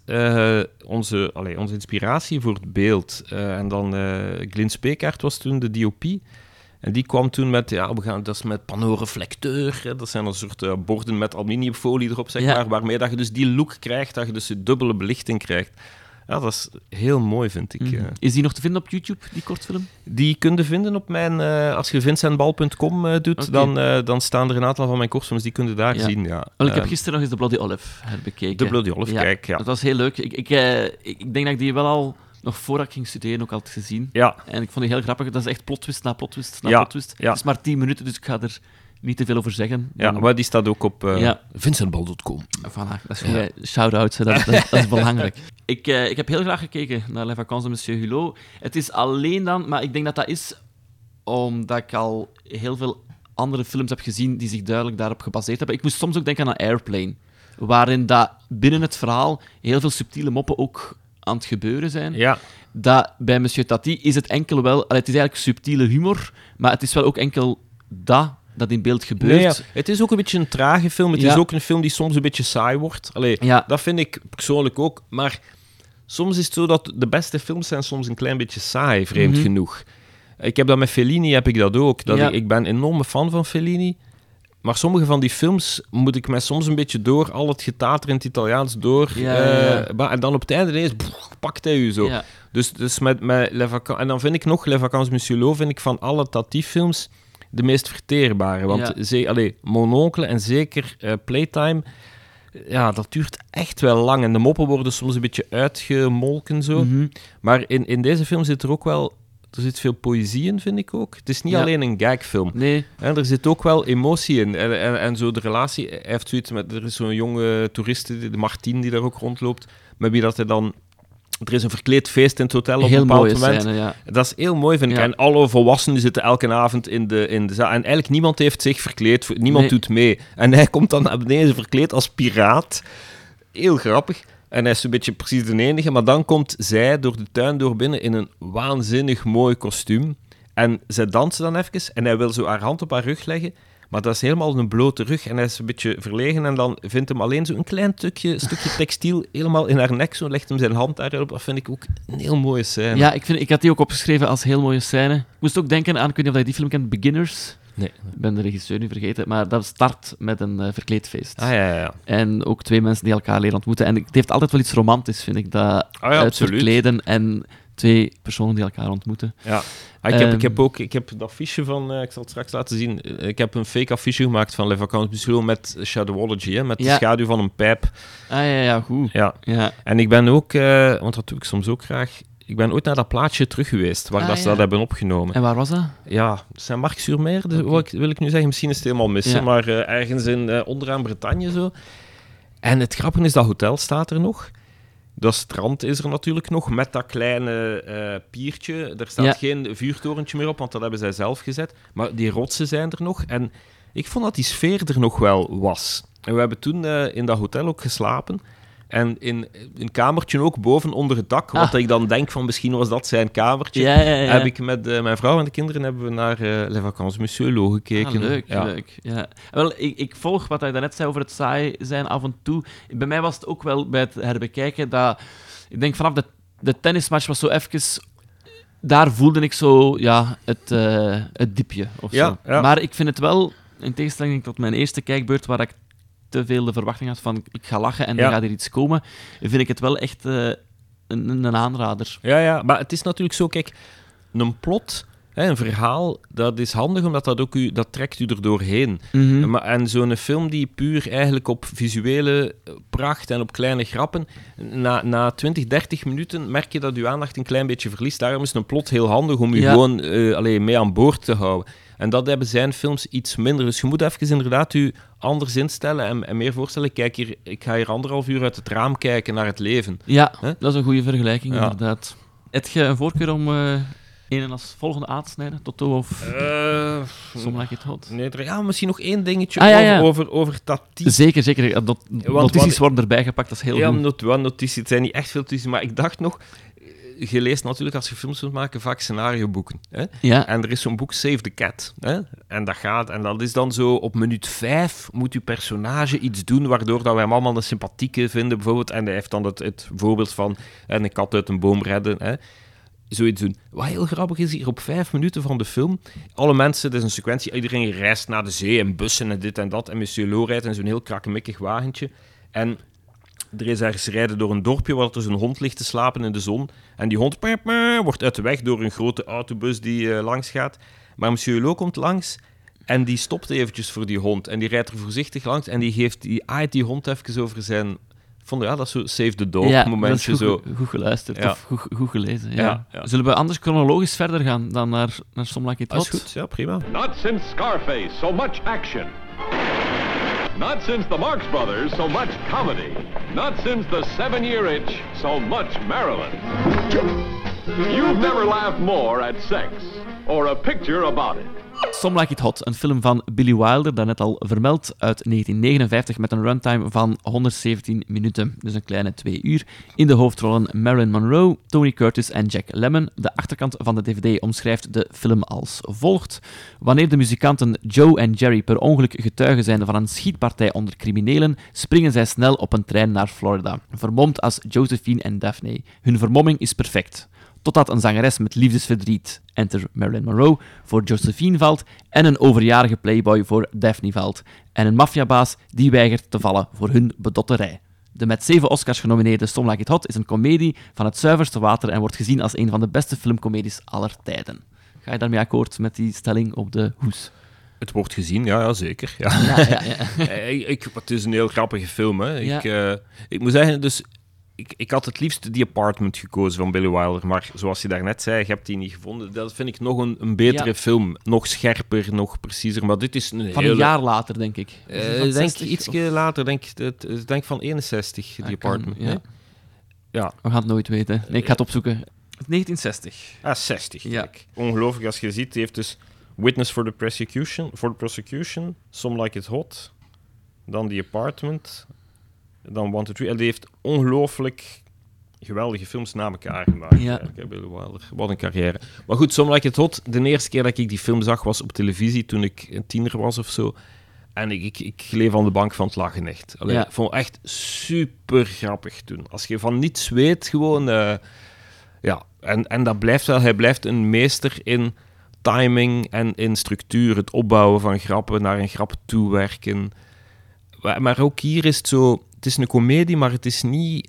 onze inspiratie voor het beeld. En dan Glyn Speekaert was toen de DOP. En die kwam toen met, dat is met panoreflecteur. Hè. Dat zijn een soort borden met aluminiumfolie erop, zeg maar. Waarmee dat je dus die look krijgt, dat je dus de dubbele belichting krijgt. Ja, dat is heel mooi, vind ik. Is die nog te vinden op YouTube, die kortfilm? Die kun je vinden op mijn... als je vincentbal.com doet, dan staan er een aantal van mijn kortfilms, die kun je daar zien. Ja. Wel, ik heb gisteren nog eens de Bloody Olive herbekeken. De Bloody Olive, kijk. Ja. Dat was heel leuk. Ik denk dat ik die wel al... nog voordat ik ging studeren ook altijd gezien. Ja. En ik vond die heel grappig. Dat is echt plot twist na plot twist na Ja. plot twist. Ja. Het is maar 10 minuten, dus ik ga er niet te veel over zeggen. Ja, maar die staat ook op Ja. vincentbal.com. Voilà, dat is goed. Shout-outs, hè. Dat is belangrijk. Ik heb heel graag gekeken naar Les Vacances de Monsieur Hulot. Het is alleen dan... Maar ik denk dat dat is omdat ik al heel veel andere films heb gezien die zich duidelijk daarop gebaseerd hebben. Ik moest soms ook denken aan Airplane, waarin dat binnen het verhaal heel veel subtiele moppen ook aan het gebeuren zijn. Ja. Dat bij Monsieur Tati is het enkel wel... het is eigenlijk subtiele humor, maar het is wel ook enkel dat in beeld gebeurt. Nee, ja. Het is ook een beetje een trage film. Het is ook een film die soms een beetje saai wordt. Allee, dat vind ik persoonlijk ook. Maar soms is het zo dat de beste films zijn soms een klein beetje saai, vreemd genoeg. Ik heb dat met Fellini, heb ik dat ook. Ik ben een enorme fan van Fellini. Maar sommige van die films moet ik mij soms een beetje door al het getater in het Italiaans door. En dan op het einde ineens pakt hij u zo. Ja. Dus met Les Vacances... En dan vind ik nog Les Vacances Monsieur Hulot, vind ik van alle Tati-films de meest verteerbare. Want Mon Oncle en zeker Playtime, dat duurt echt wel lang. En de moppen worden soms een beetje uitgemolken zo. Maar in deze film zit er ook wel... Er zit veel poëzie in, vind ik ook. Het is niet alleen een gagfilm. Nee. En er zit ook wel emotie in. En zo de relatie... Hij heeft zoiets met... Er is zo'n jonge toeriste, de Martien, die daar ook rondloopt, met wie dat hij dan... Er is een verkleed feest in het hotel op een bepaald moment. Scène, Dat is heel mooi, vind ik. En alle volwassenen zitten elke avond in de zaal. En eigenlijk niemand heeft zich verkleed. Niemand doet mee. En hij komt dan naar beneden verkleed als piraat. Heel grappig. En hij is een beetje precies de enige. Maar dan komt zij door de tuin door binnen in een waanzinnig mooi kostuum. En zij dansen dan even. En hij wil zo haar hand op haar rug leggen. Maar dat is helemaal een blote rug. En hij is een beetje verlegen. En dan vindt hem alleen zo'n klein stukje textiel helemaal in haar nek. Zo legt hem zijn hand daarop. Dat vind ik ook een heel mooie scène. Ja, ik had die ook opgeschreven als heel mooie scène. Ik moest ook denken aan, ik weet niet of je die film kent, Beginners. Nee. Ik ben de regisseur nu vergeten, maar dat start met een verkleedfeest. Ja. En ook 2 mensen die elkaar leren ontmoeten. En het heeft altijd wel iets romantisch, vind ik, dat het verkleden en 2 personen die elkaar ontmoeten. Ja. Ik heb dat affiche van... ik zal het straks laten zien. Ik heb een fake affiche gemaakt van Les Vacances Monsieur met Shadowology, met de schaduw van een pijp. Goed. Ja. En ik ben ook... want dat doe ik soms ook graag... Ik ben ooit naar dat plaatsje terug geweest, waar ze dat hebben opgenomen. En waar was dat? Ja, Saint-Marc-sur-Mer, wil ik nu zeggen. Misschien is het helemaal missen, maar ergens onderaan Bretagne zo. En het grappige is, dat hotel staat er nog. Dat strand is er natuurlijk nog, met dat kleine piertje. Er staat geen vuurtorentje meer op, want dat hebben zij zelf gezet. Maar die rotsen zijn er nog. En ik vond dat die sfeer er nog wel was. En we hebben toen in dat hotel ook geslapen. En in een kamertje ook boven onder het dak, wat ik dan denk van misschien was dat zijn kamertje. Heb ik met mijn vrouw en de kinderen hebben we naar Les Vacances Monsieur Hulot gekeken. Leuk. Ja. Wel, ik volg wat hij daarnet zei over het saai zijn af en toe. Bij mij was het ook wel bij het herbekijken dat... Ik denk vanaf de tennismatch was zo even... Daar voelde ik zo het diepje of zo. Ja. Maar ik vind het wel, in tegenstelling tot mijn eerste kijkbeurt, waar ik te veel de verwachting had van ik ga lachen en er gaat hier iets komen, vind ik het wel echt een aanrader. Ja, maar het is natuurlijk zo, kijk, een plot, een verhaal, dat is handig, omdat dat trekt u er doorheen. En zo'n film die puur eigenlijk op visuele pracht en op kleine grappen, na 20, 30 minuten merk je dat uw aandacht een klein beetje verliest. Daarom is een plot heel handig om u gewoon mee aan boord te houden. En dat hebben zijn films iets minder. Dus je moet even inderdaad u anders instellen en meer voorstellen. Kijk hier, ik ga hier 1,5 uur uit het raam kijken naar het leven. Ja, dat is een goede vergelijking, inderdaad. Heb je een voorkeur om een als volgende aan te snijden? Toto of Some Like It Hot? Nee, misschien nog 1 dingetje over Tati. Zeker. Notities worden erbij gepakt, dat is heel goed. Notities. Het zijn niet echt veel notities, maar ik dacht nog... Je leest natuurlijk, als je films wilt maken, vaak scenarioboeken. Hè? Ja. En er is zo'n boek Save the Cat. Hè? En dat is dan zo, op minuut 5 moet uw personage iets doen, waardoor dat wij hem allemaal een sympathieke vinden, bijvoorbeeld. En hij heeft dan het voorbeeld van een kat uit een boom redden. Hè? zoiets doen. Wat heel grappig is hier, op 5 minuten van de film, alle mensen, het is een sequentie, iedereen reist naar de zee in bussen en dit en dat, en Monsieur Lo rijdt in zo'n heel krakkemikkig wagentje. En er is ergens rijden door een dorpje waar er zo'n hond ligt te slapen in de zon. En die hond wordt uit de weg door een grote autobus die langs gaat. Maar Monsieur Lo komt langs en die stopt eventjes voor die hond. En die rijdt er voorzichtig langs en die aait die hond even over zijn... dat is zo save the dog momentje. Dat is goed geluisterd of goed gelezen. Ja. Ja. Zullen we anders chronologisch verder gaan dan naar Some Like It Hot? Dat is goed, ja, prima. Not since Scarface, so much action. Not since the Marx Brothers, so much comedy. Not since the 7-Year Itch, so much Maryland. You've never laughed more at sex, or a picture about it. Some Like It Hot, een film van Billy Wilder, daarnet al vermeld, uit 1959 met een runtime van 117 minuten, dus een kleine 2 uur. In de hoofdrollen Marilyn Monroe, Tony Curtis en Jack Lemmon. De achterkant van de DVD omschrijft de film als volgt. Wanneer de muzikanten Joe en Jerry per ongeluk getuigen zijn van een schietpartij onder criminelen, springen zij snel op een trein naar Florida, vermomd als Josephine en Daphne. Hun vermomming is perfect. Totdat een zangeres met liefdesverdriet, enter Marilyn Monroe, voor Josephine valt en een overjarige playboy voor Daphne valt. En een maffiabaas die weigert te vallen voor hun bedotterij. De met 7 Oscars genomineerde Some Like It Hot is een komedie van het zuiverste water en wordt gezien als een van de beste filmcomedies aller tijden. Ga je daarmee akkoord met die stelling op de hoes? Het wordt gezien, ja zeker. Ja. Het is een heel grappige film. Hè. Ja. Ik moet zeggen, dus... Ik had het liefst The Apartment gekozen van Billy Wilder, maar zoals je daarnet zei, je hebt die niet gevonden. Dat vind ik nog een betere film. Nog scherper, nog preciezer, maar dit is een van een jaar later, denk ik. Denk ietsje later, denk van 61, The Apartment. Kan, ja. Ja. We gaan het nooit weten. Nee, ik ga het opzoeken. 1960. 60. Ja. Ongelooflijk als je ziet. Die heeft dus Witness for the Prosecution, Some Like It Hot, dan The Apartment... Dan 1, 2, 3. En die heeft ongelooflijk geweldige films na elkaar gemaakt. Ja. Billy Wilder. Wat een carrière. Maar goed, Some Like It Hot. De eerste keer dat ik die film zag was op televisie toen ik een tiener was of zo. En ik leef aan de bank van het lachen echt. Allee, Ja. Ik vond het echt super grappig toen. Als je van niets weet, gewoon... En dat blijft wel... Hij blijft een meester in timing en in structuur. Het opbouwen van grappen, naar een grap toewerken. Maar ook hier is het zo... Het is een komedie, maar het is niet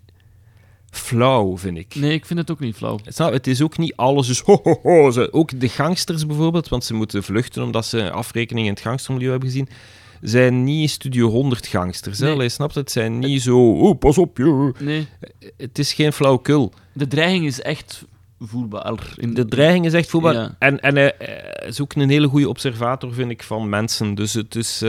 flauw, vind ik. Nee, ik vind het ook niet flauw. Het is ook niet alles dus ho. Ook de gangsters bijvoorbeeld, want ze moeten vluchten omdat ze afrekening in het gangstermilieu hebben gezien, zijn niet Studio 100 gangsters. Nee. Allee, snap je? Het zijn niet zo... pas op, je. Nee. Het is geen flauwekul. De dreiging is echt voelbaar. De dreiging is echt voelbaar. Ja. En hij is ook een hele goede observator, vind ik, van mensen. Dus het is...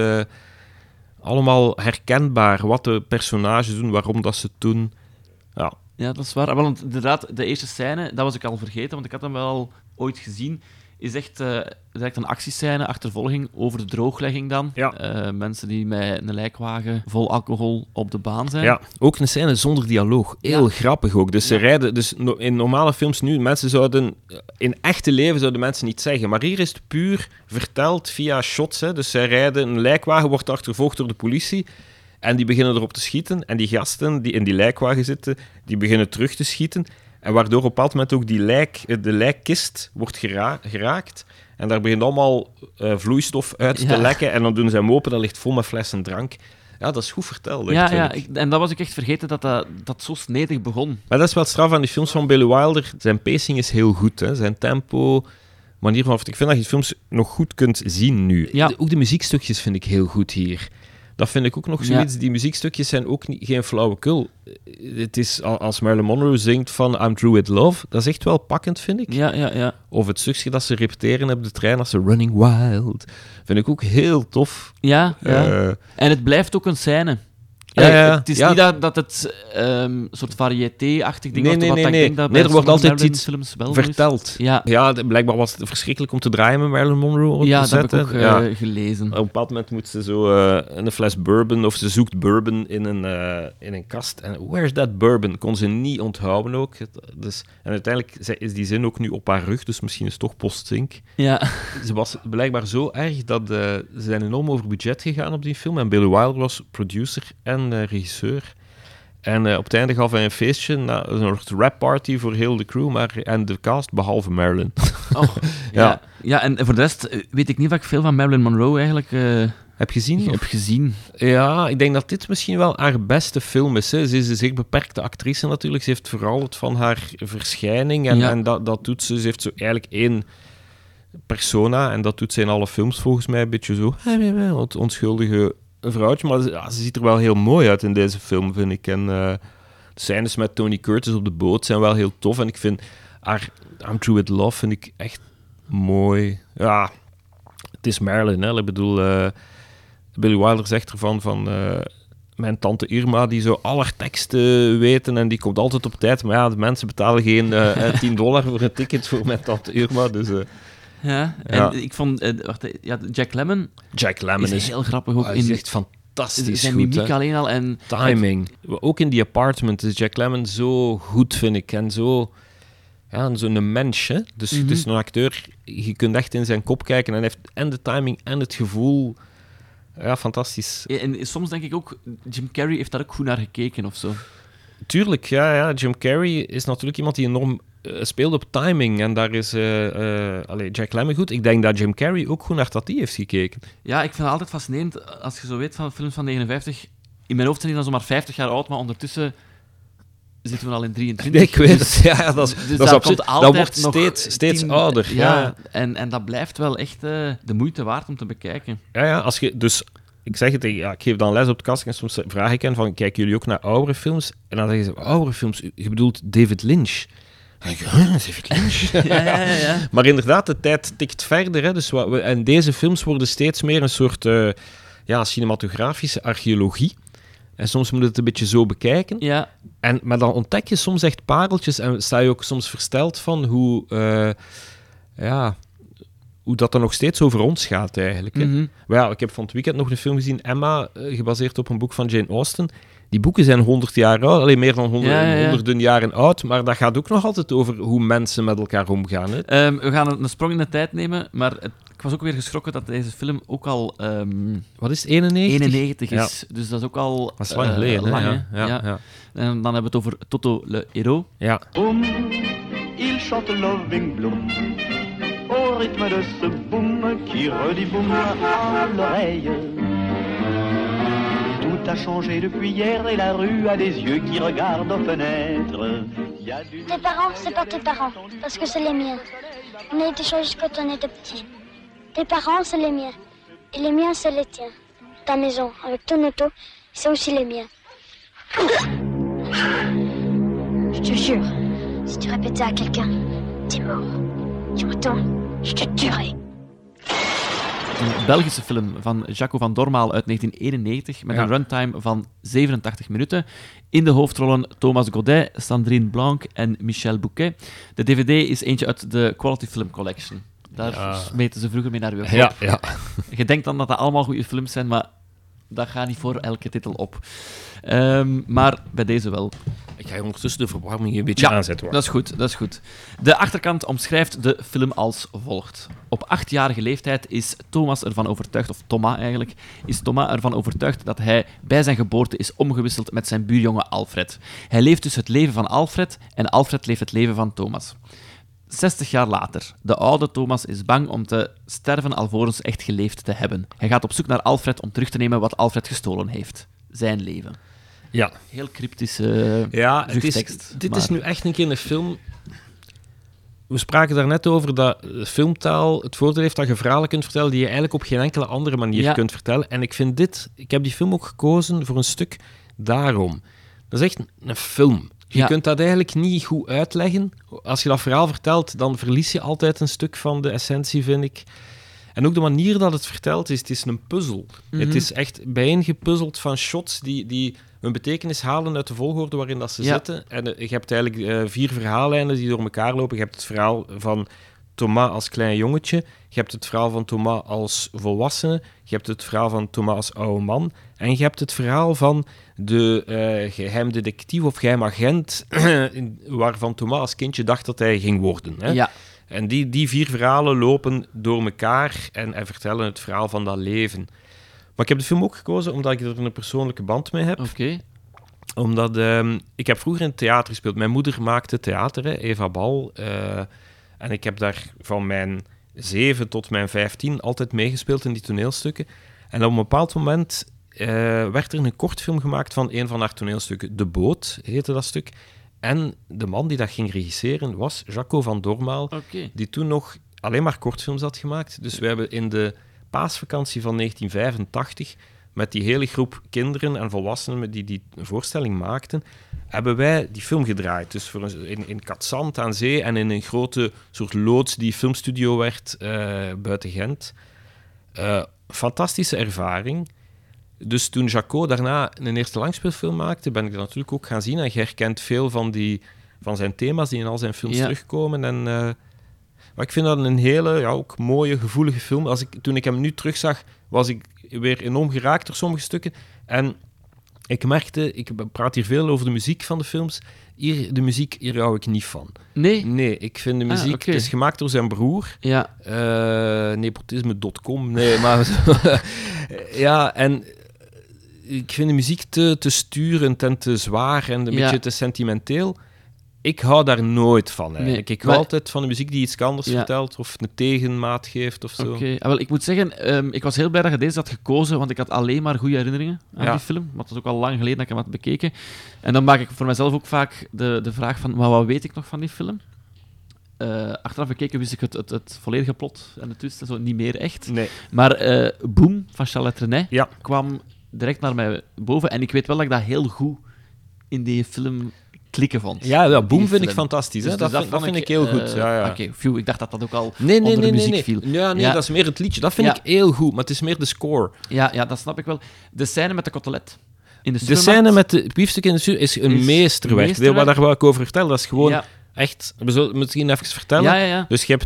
allemaal herkenbaar wat de personages doen, waarom dat ze het doen. Ja. Ja, dat is waar. Want inderdaad, de eerste scène, dat was ik al vergeten, want ik had hem wel ooit gezien, is echt een actiescène, achtervolging over de drooglegging dan. Ja. Mensen die met een lijkwagen vol alcohol op de baan zijn. Ja, ook een scène zonder dialoog. Heel grappig ook. Dus ze rijden... Dus in normale films nu, mensen zouden... In echte leven zouden mensen niet zeggen. Maar hier is het puur verteld via shots. Hè. Dus zij rijden... Een lijkwagen wordt achtervolgd door de politie. En die beginnen erop te schieten. En die gasten die in die lijkwagen zitten, die beginnen terug te schieten. En waardoor op een bepaald moment ook de lijkkist wordt geraakt. En daar begint allemaal vloeistof uit te lekken. En dan doen ze hem open, dat ligt vol met flessen drank. Ja, dat is goed verteld. En dat was ik echt vergeten, dat zo snedig begon. Maar dat is wel straf aan die films van Billy Wilder. Zijn pacing is heel goed, hè. Zijn tempo, manier van... Ik vind dat je films nog goed kunt zien nu. Ja. Ook de muziekstukjes vind ik heel goed hier. Dat vind ik ook nog zoiets. Ja. Die muziekstukjes zijn ook geen flauwekul. Het is als Marilyn Monroe zingt van I'm Through With Love, dat is echt wel pakkend, vind ik. Ja. Of het stukje dat ze repeteren op de trein als ze Running Wild, vind ik ook heel tof. Ja. En het blijft ook een scène. Ja. Het is niet dat het een soort variété-achtig ding wordt, wat ik denk dat er wordt altijd iets films wel verteld. Ja, blijkbaar was het verschrikkelijk om te draaien met Marilyn Monroe op ja, de set. Dat heb ik ook gelezen. Op een bepaald moment moet ze zo een fles bourbon, of ze zoekt bourbon in een kast. En where's that bourbon? Kon ze niet onthouden ook. Dus, en uiteindelijk is die zin ook nu op haar rug, dus misschien is het toch postzink. Ja. Ze was blijkbaar zo erg dat ze zijn enorm over budget gegaan op die film. En Billy Wilder was producer en regisseur. En op het einde gaf hij een feestje, een soort rap party voor heel de crew en de cast, behalve Marilyn. Oh, Ja. ja, en voor de rest weet ik niet of ik veel van Marilyn Monroe eigenlijk Heb je gezien? heb gezien. Ja, ik denk dat dit misschien wel haar beste film is. Hè. Ze is een zeer beperkte actrice natuurlijk. Ze heeft vooral het van haar verschijning en dat doet ze. Ze heeft zo eigenlijk 1 persona en dat doet ze in alle films volgens mij een beetje zo. Het onschuldige vrouwtje, maar ze ziet er wel heel mooi uit in deze film, vind ik. En de scènes met Tony Curtis op de boot zijn wel heel tof en ik vind haar I'm True With Love vind ik echt mooi. Ja, het is Marilyn, hè. Ik bedoel... Billy Wilder zegt ervan van mijn tante Irma, die zou aller teksten weten en die komt altijd op tijd. Maar ja, de mensen betalen geen $10 voor een ticket voor mijn tante Irma. Dus, Ja, en ik vond... Jack Lemmon is heel grappig ook. Is echt fantastisch zijn goed. mimiek alleen al en... Timing. Ook in The Apartment is Jack Lemmon zo goed, vind ik. En zo... Ja, zo'n mens, hè. Dus het is een acteur, je kunt echt in zijn kop kijken en hij heeft en de timing en het gevoel... Ja, fantastisch. En soms denk ik ook, Jim Carrey heeft daar ook goed naar gekeken of zo. Tuurlijk, ja. Jim Carrey is natuurlijk iemand die enorm speelt op timing. En daar is Jack Lemmon goed. Ik denk dat Jim Carrey ook goed naar Tati heeft gekeken. Ja, ik vind het altijd fascinerend, als je zo weet van films van 59... In mijn hoofd zijn die dan zomaar 50 jaar oud, maar ondertussen zitten we al in 23. Ik weet het, ja. Dat is dat absoluut, komt altijd dat wordt nog steeds 10 ouder. Ja, en dat blijft wel echt de moeite waard om te bekijken. Ja, als je... Dus... Ik zeg het, ik geef dan les op de kast en soms vraag ik hen van, kijken jullie ook naar oudere films? En dan zeggen ze, oudere films, je bedoelt David Lynch. En ik David Lynch? Ja. Maar inderdaad, de tijd tikt verder. Hè, dus en deze films worden steeds meer een soort cinematografische archeologie. En soms moet je het een beetje zo bekijken. Ja. Maar dan ontdek je soms echt pareltjes en sta je ook soms versteld van hoe dat er nog steeds over ons gaat, eigenlijk. Hè. Mm-hmm. Maar ja, ik heb van het weekend nog een film gezien, Emma, gebaseerd op een boek van Jane Austen. Die boeken zijn 100 jaar oud, alleen meer dan honderden jaren oud, maar dat gaat ook nog altijd over hoe mensen met elkaar omgaan. Hè. We gaan een sprong in de tijd nemen, maar ik was ook weer geschrokken dat deze film ook al... Wat is het, 91? 91 is, dus dat is ook al... Dat is lang geleden, lang, hè? Ja. En dan hebben we het over Toto le Héros. Ja. Boum, il chante Loving Bloom. Au rythme de ce boum qui redit boum à l'oreille. Tout a changé depuis hier et la rue a des yeux qui regardent aux fenêtres. Tes parents, c'est pas tes parents, parce que c'est les miens. On a été choisis quand on était petit. Tes parents, c'est les miens. Et les miens, c'est les tiens. Ta maison, avec ton auto, c'est aussi les miens. Je te jure, si tu répètes ça à quelqu'un, t'es mort. Tu m'entends? Je te tuerai. Een Belgische film van Jaco van Dormaal uit 1991 met een runtime van 87 minuten. In de hoofdrollen Thomas Godet, Sandrine Blanc en Michel Bouquet. De DVD is eentje uit de Quality Film Collection. Daar smeten ze vroeger mee naar uw kop. Ja. Je denkt dan dat dat allemaal goede films zijn, maar dat gaat niet voor elke titel op. Maar bij deze wel. Ik ga ondertussen de verwarming een beetje aanzetten. Dat is goed. De achterkant omschrijft de film als volgt. Op 8-jarige leeftijd is Thomas ervan overtuigd dat hij bij zijn geboorte is omgewisseld met zijn buurjongen Alfred. Hij leeft dus het leven van Alfred en Alfred leeft het leven van Thomas. 60 jaar later. De oude Thomas is bang om te sterven alvorens echt geleefd te hebben. Hij gaat op zoek naar Alfred om terug te nemen wat Alfred gestolen heeft. Zijn leven. Ja. Heel cryptische rugtekst. Dit is nu echt een keer een film... We spraken daar net over dat filmtaal het voordeel heeft dat je verhalen kunt vertellen die je eigenlijk op geen enkele andere manier kunt vertellen. En ik vind ik heb die film ook gekozen voor een stuk daarom. Dat is echt een film. Je kunt dat eigenlijk niet goed uitleggen. Als je dat verhaal vertelt, dan verlies je altijd een stuk van de essentie, vind ik. En ook de manier dat het verteld is, het is een puzzel. Mm-hmm. Het is echt bijeengepuzzeld van shots die een betekenis halen uit de volgorde waarin dat ze zitten. En je hebt eigenlijk 4 verhaallijnen die door elkaar lopen. Je hebt het verhaal van Thomas als klein jongetje. Je hebt het verhaal van Thomas als volwassene. Je hebt het verhaal van Thomas als oude man. En je hebt het verhaal van de geheimdetectief of geheimagent waarvan Thomas als kindje dacht dat hij ging worden. Hè? Ja. En die 4 verhalen lopen door elkaar en vertellen het verhaal van dat leven. Maar ik heb de film ook gekozen omdat ik er een persoonlijke band mee heb. Okay. Omdat ik heb vroeger in het theater gespeeld. Mijn moeder maakte theater, hè, Eva Bal. En ik heb daar van mijn 7 tot mijn 15 altijd meegespeeld in die toneelstukken. En op een bepaald moment werd er een kortfilm gemaakt van een van haar toneelstukken. De Boot heette dat stuk. En de man die dat ging regisseren was Jaco van Dormaal, die toen nog alleen maar kortfilms had gemaakt. Dus we hebben in de paasvakantie van 1985... met die hele groep kinderen en volwassenen die voorstelling maakten, hebben wij die film gedraaid. Dus in Katzand aan zee en in een grote soort loods die filmstudio werd buiten Gent. Fantastische ervaring. Dus toen Jaco daarna een eerste langspeelfilm maakte, ben ik dat natuurlijk ook gaan zien. En je herkent veel van zijn thema's die in al zijn films terugkomen. Maar ik vind dat een hele, ook mooie, gevoelige film. Toen ik hem nu terugzag, was ik weer enorm geraakt door sommige stukken. En ik merkte, ik praat hier veel over de muziek van de films. De muziek, hier hou ik niet van. Nee? Nee, ik vind de muziek... Het is gemaakt door zijn broer. Ja. Nepotisme.com. Nee, maar... ja, en ik vind de muziek te sturend en te zwaar en een beetje te sentimenteel. Ik hou daar nooit van, eigenlijk. Ik hou altijd van de muziek die iets anders vertelt of een tegenmaat geeft of zo. Oké. Wel, ik moet zeggen, ik was heel blij dat je deze had gekozen, want ik had alleen maar goede herinneringen aan die film. Want het is ook al lang geleden dat ik hem had bekeken. En dan maak ik voor mezelf ook vaak de vraag van, maar wat weet ik nog van die film? Achteraf bekeken wist ik het volledige plot en de twist en zo niet meer echt. Nee. Maar Boom van Charlotte Renet kwam direct naar mij boven. En ik weet wel dat ik dat heel goed in die film klikken vond. Ja, Boom vind ik fantastisch. Dus dat vind ik heel goed. Oké, ik dacht dat ook al onder de muziek viel. Ja, dat is meer het liedje. Dat vind ik heel goed, maar het is meer de score. Ja, dat snap ik wel. De scène met de kotelet in de supermarkt. De scène met de biefstuk in de supermarkt is een meesterwerk. Daar wil ik over vertellen. Dat is gewoon echt... We zullen het misschien even vertellen. Ja. Dus je hebt...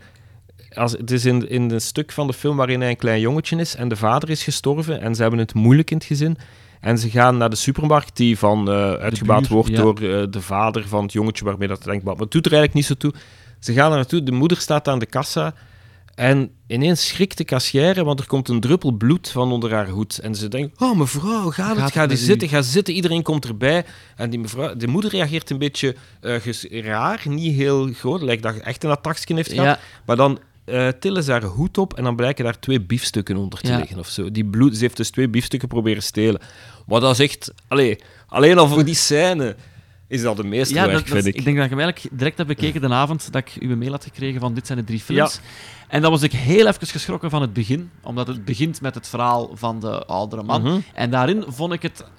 het is in een stuk van de film waarin hij een klein jongetje is en de vader is gestorven en ze hebben het moeilijk in het gezin. En ze gaan naar de supermarkt die uitgebaat wordt door de vader van het jongetje waarmee dat denkbaar. Maar het doet er eigenlijk niet zo toe. Ze gaan er naartoe, de moeder staat aan de kassa en ineens schrikt de kassière, want er komt een druppel bloed van onder haar hoed. En ze denkt, oh mevrouw, ga zitten, iedereen komt erbij. En de moeder reageert een beetje raar, niet heel groot, lijkt dat je echt een attractie heeft gehad. Ja. Maar dan tillen ze haar hoed op en dan blijken daar 2 biefstukken onder te liggen of zo. Ze heeft dus 2 biefstukken proberen stelen. Maar dat is echt... Alleen al voor die scène is dat een meesterwerk, vind ik. Ik denk dat ik hem eigenlijk direct heb bekeken de avond dat ik uw mail had gekregen van dit zijn de 3 films. Ja. En dan was ik heel even geschrokken van het begin, omdat het begint met het verhaal van de oudere man. Mm-hmm. En daarin vond ik het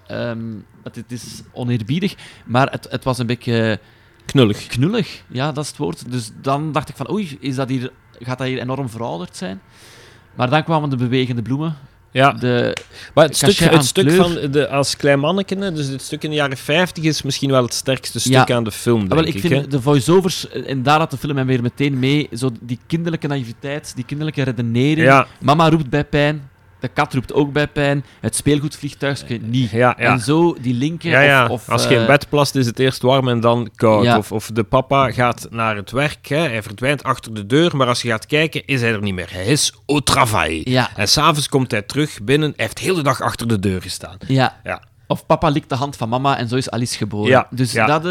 is oneerbiedig, maar het was een beetje... Knullig, ja, dat is het woord. Dus dan dacht ik van, oei, gaat dat hier enorm verouderd zijn? Maar dan kwamen de bewegende bloemen. Ja, maar het stuk van als klein manneke, dus het stuk in de jaren 50 is misschien wel het sterkste stuk aan de film, denk ik. Vind de voice-overs, en daar had de film hem weer meteen mee, zo die kinderlijke naïviteit, die kinderlijke redenering. Ja. Mama roept bij pijn, de kat roept ook bij pijn, het speelgoedvliegtuigje niet. Ja. En zo, die linken... Ja. Als je in bed plast, is het eerst warm en dan koud. Ja. Of de papa gaat naar het werk, hij verdwijnt achter de deur, maar als je gaat kijken, is hij er niet meer. Hij is au travail. Ja. En s'avonds komt hij terug binnen, hij heeft de hele dag achter de deur gestaan. Ja. Of papa likt de hand van mama en zo is Alice geboren. Ja. Dus dat...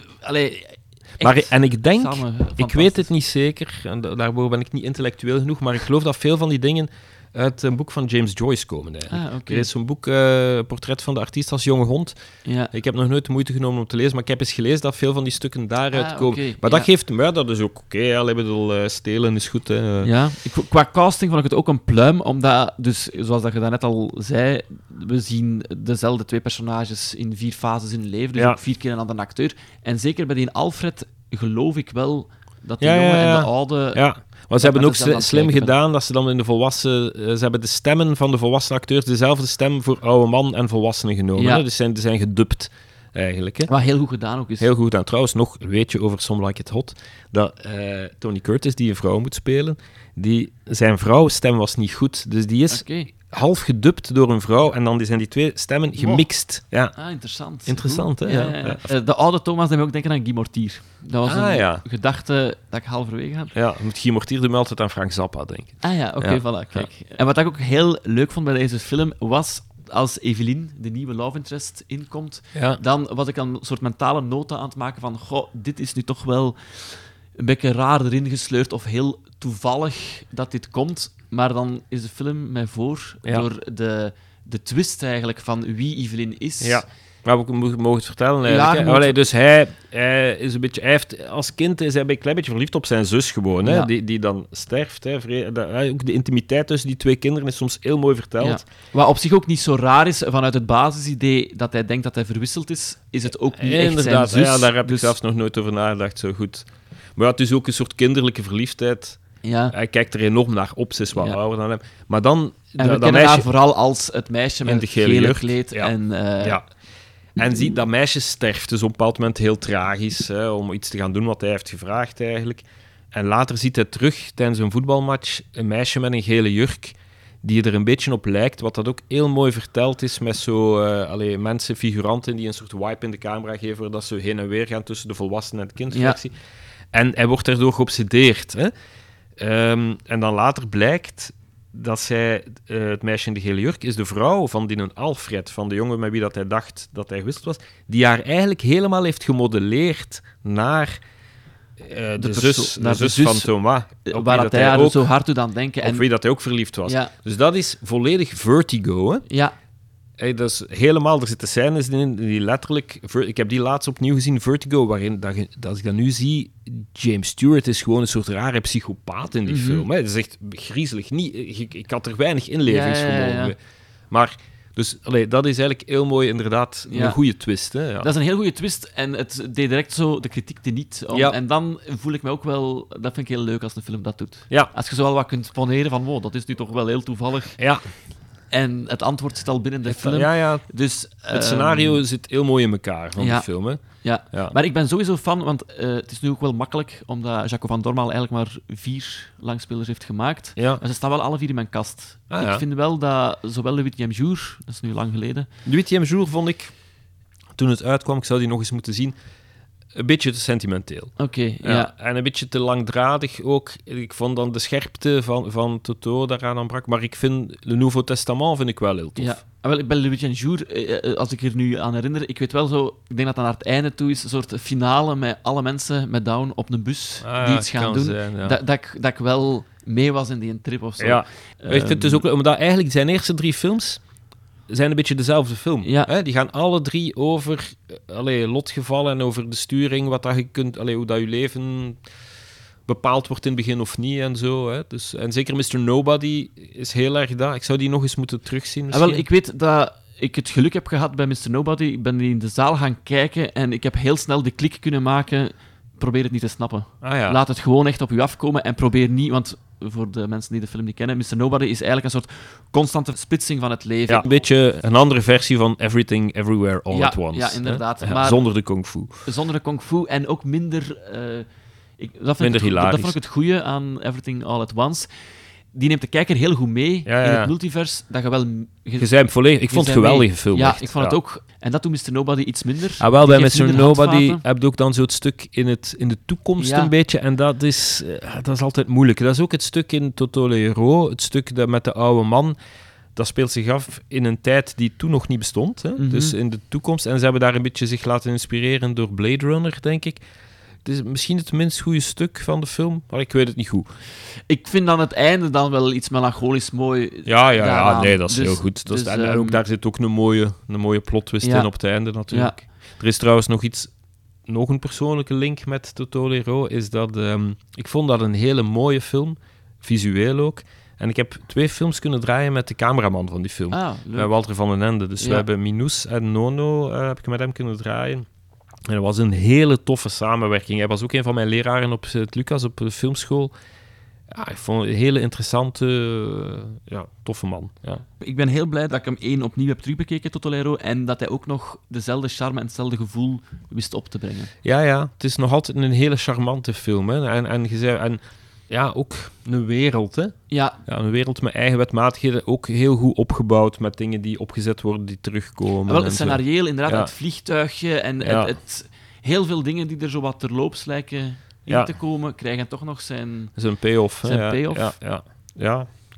En ik denk, ik weet het niet zeker, en daarvoor ben ik niet intellectueel genoeg, maar ik geloof dat veel van die dingen uit een boek van James Joyce komen eigenlijk. Er is zo'n boek, Portret van de artiest als jonge hond. Ja. Ik heb nog nooit de moeite genomen om te lezen, maar ik heb eens gelezen dat veel van die stukken daaruit komen. Maar dat geeft mij, dat is ook oké. Stelen is goed. Ja, qua casting vond ik het ook een pluim, omdat, dus, zoals dat je daarnet al zei, we zien dezelfde 2 personages in 4 fases in hun leven, dus ook 4 keer een andere acteur. En zeker bij die Alfred geloof ik wel dat die jongen en de oude... Ja. Maar ze hebben ook slim gedaan dat ze dan in de volwassen... Ze hebben de stemmen van de volwassen acteurs dezelfde stem voor oude man en volwassenen genomen. Ja. Dus ze zijn gedubt, eigenlijk. Hè. Wat heel goed gedaan ook is. Heel goed gedaan. Trouwens, nog een weetje over Some Like It Hot. Dat Tony Curtis, die een vrouw moet spelen, zijn vrouwstem was niet goed. Dus die is... half gedubt door een vrouw en dan zijn die 2 stemmen gemixt. Ja. Interessant. Interessant, hè? Ja. De oude Thomas deed me ook denken aan Guy Mortier. Dat was een gedachte dat ik halverwege had. Ja, met Guy Mortier doet me altijd aan Frank Zappa, denk ik. Voilà, kijk. Ja. En wat ik ook heel leuk vond bij deze film was als Evelyn, de nieuwe love interest, inkomt, Ja. dan was ik een soort mentale nota aan het maken van goh, dit is nu toch wel een beetje raar erin gesleurd of heel toevallig dat dit komt. Maar dan is de film mij voor door de twist eigenlijk van wie Evelyn is. Ja. Maar we mogen het vertellen eigenlijk. Ja, hè. Allee, dus hij is een beetje... Hij heeft, als kind is hij een klein beetje verliefd op zijn zus gewoon, hè, Ja. die dan sterft. Hè. Ook de intimiteit tussen die twee kinderen is soms heel mooi verteld. Ja. Wat op zich ook niet zo raar is, vanuit het basisidee dat hij denkt dat hij verwisseld is het ook niet echt Inderdaad, zijn zus. ja, daar heb Dus- ik zelfs nog nooit over nagedacht, zo goed. Maar ja, het is ook een soort kinderlijke verliefdheid. Ja. Hij kijkt er enorm naar op, ze is wat Ja. ouder dan hem. Maar dan... En we dat kennen meisje... haar vooral als het meisje met In de het gele gele jurk. kleed. Ja. En, Ja. En zie, dat meisje sterft dus op een bepaald moment heel tragisch, hè, om iets te gaan doen wat hij heeft gevraagd eigenlijk. En later ziet hij terug tijdens een voetbalmatch een meisje met een gele jurk die er een beetje op lijkt, wat dat ook heel mooi verteld is met zo mensen, figuranten die een soort wipe in de camera geven, dat ze heen en weer gaan tussen de volwassenen en de kinderversie. En hij wordt daardoor geobsedeerd. Hè. En dan later blijkt dat zij, het meisje in de gele jurk, is de vrouw van die een Alfred, van de jongen met wie dat hij dacht dat hij gewisseld was, die haar eigenlijk helemaal heeft gemodelleerd naar de zus van Thomas. Op waar wie dat hij haar ook, zo hard doet aan denken. op En, wie dat hij ook verliefd was. Ja. Dus dat is volledig Vertigo. Hè? ja, Hey, dat is helemaal, er zitten scènes in die letterlijk... Ik heb die laatst opnieuw gezien, Vertigo, waarin, dat als ik dat nu zie, James Stewart is gewoon een soort rare psychopaat in die film. Hè. Dat is echt griezelig. Ik had er weinig inlevingsvermogen bij. Maar, dus, dat is eigenlijk heel mooi, inderdaad, Ja. een goede twist. Hè. Ja. dat is een heel goede twist. En het deed direct zo de kritiek teniet. Ja. En dan voel ik me ook wel... Dat vind ik heel leuk als een film dat doet. Ja. Als je zo wel wat kunt poneren van wow, dat is nu toch wel heel toevallig. Ja. En het antwoord zit al binnen de film. Ja. Dus, Het scenario zit heel mooi in elkaar van ja. die film. Hè. Ja. Ja. Maar ik ben sowieso fan, want het is nu ook wel makkelijk, omdat Jaco van Dormaal eigenlijk maar 4 langspelers heeft gemaakt. Ja. Maar ze staan wel alle 4 in mijn kast. Ah, ik ja. vind wel dat zowel Le 8e jour, dat is nu lang geleden... Le 8e jour vond ik, toen het uitkwam, ik zou die nog eens moeten zien, een beetje te sentimenteel. Oké, Ja. ja. En een beetje te langdradig ook. Ik vond dan de scherpte van Totò daaraan ontbrak. Maar ik vind Le Nouveau Testament vind ik wel heel tof. Ja. Wel, bij Le 8e jour, als ik er nu aan herinner, ik weet wel zo, ik denk dat dat naar het einde toe is, een soort finale met alle mensen met Down op een bus die iets gaan kan doen. zijn, ja. Dat ik wel mee was in die trip of zo. Ja. Ik vind het dus ook... Omdat eigenlijk zijn eerste 3 films zijn een beetje dezelfde film. Ja. Hè? Die gaan alle 3 over lotgevallen en over de sturing, wat dat je kunt, hoe dat je leven bepaald wordt in het begin of niet en zo. Hè? Dus, en zeker Mr. Nobody is heel erg dat. Ik zou die nog eens moeten terugzien. Ah, wel, ik weet dat ik het geluk heb gehad bij Mr. Nobody. Ik ben in de zaal gaan kijken en ik heb heel snel de klik kunnen maken. Probeer het niet te snappen. Ah, ja. Laat het gewoon echt op u afkomen en probeer niet... Want voor de mensen die de film niet kennen, Mr. Nobody is eigenlijk een soort constante splitsing van het leven. Ja, een beetje een andere versie van Everything Everywhere All Ja, at Once. ja, inderdaad. Hè? Ja, Maar- zonder de kung fu. Zonder de kung fu en ook minder... dat Minder hilarisch. Dat vond ik het goede aan Everything All at Once. Die neemt de kijker heel goed mee Ja, in ja. het multivers. Dat je wel... Je zei hem volledig. Ik vond het een geweldige film. Ja, echt. ik vond het ook. En dat doet Mr. Nobody iets minder. Ah, wel, Die bij geeft Mr. minder Nobody handvaten. heb je ook dan zo het stuk in de toekomst Ja. een beetje. En dat is altijd moeilijk. Dat is ook het stuk in Totò le Héros, het stuk met de oude man. Dat speelt zich af in een tijd die toen nog niet bestond. Hè? Mhm. Dus in de toekomst. En ze hebben daar een beetje zich laten inspireren door Blade Runner, denk ik. Het is misschien het minst goede stuk van de film, maar ik weet het niet goed. Ik vind dan het einde dan wel iets melancholisch mooi. Ja, daaraan. nee, dat is Dus- heel goed. Dat is, dus, en ook daar zit ook een mooie plot twist ja. in op het einde natuurlijk. Er is trouwens nog een persoonlijke link met Totò le Héros, is dat ik vond dat een hele mooie film, visueel ook. En ik heb 2 films kunnen draaien met de cameraman van die film. Ah, Met leuk. Walter van den Ende. Dus Ja. we hebben Minous en Nono heb ik met hem kunnen draaien. En dat was een hele toffe samenwerking. Hij was ook een van mijn leraren op het Lucas, op de filmschool. Ja, ik vond het een hele interessante, toffe man. Ja. Ik ben heel blij dat ik hem 1 opnieuw heb terugbekeken, Totò le Héros, en dat hij ook nog dezelfde charme en hetzelfde gevoel wist op te brengen. Ja, het is nog altijd een hele charmante film. Hè. En ook een wereld. Hè. Ja, Ja, een wereld met eigen wetmatigheden, ook heel goed opgebouwd met dingen die opgezet worden, die terugkomen. wel en het zo. scenarieel, inderdaad, Ja. het vliegtuigje en Ja. heel veel dingen die er zo wat terloops lijken in Ja. te komen, krijgen toch nog zijn... Dat is een payoff. Hè. Zijn Ja, payoff. Ja. Ik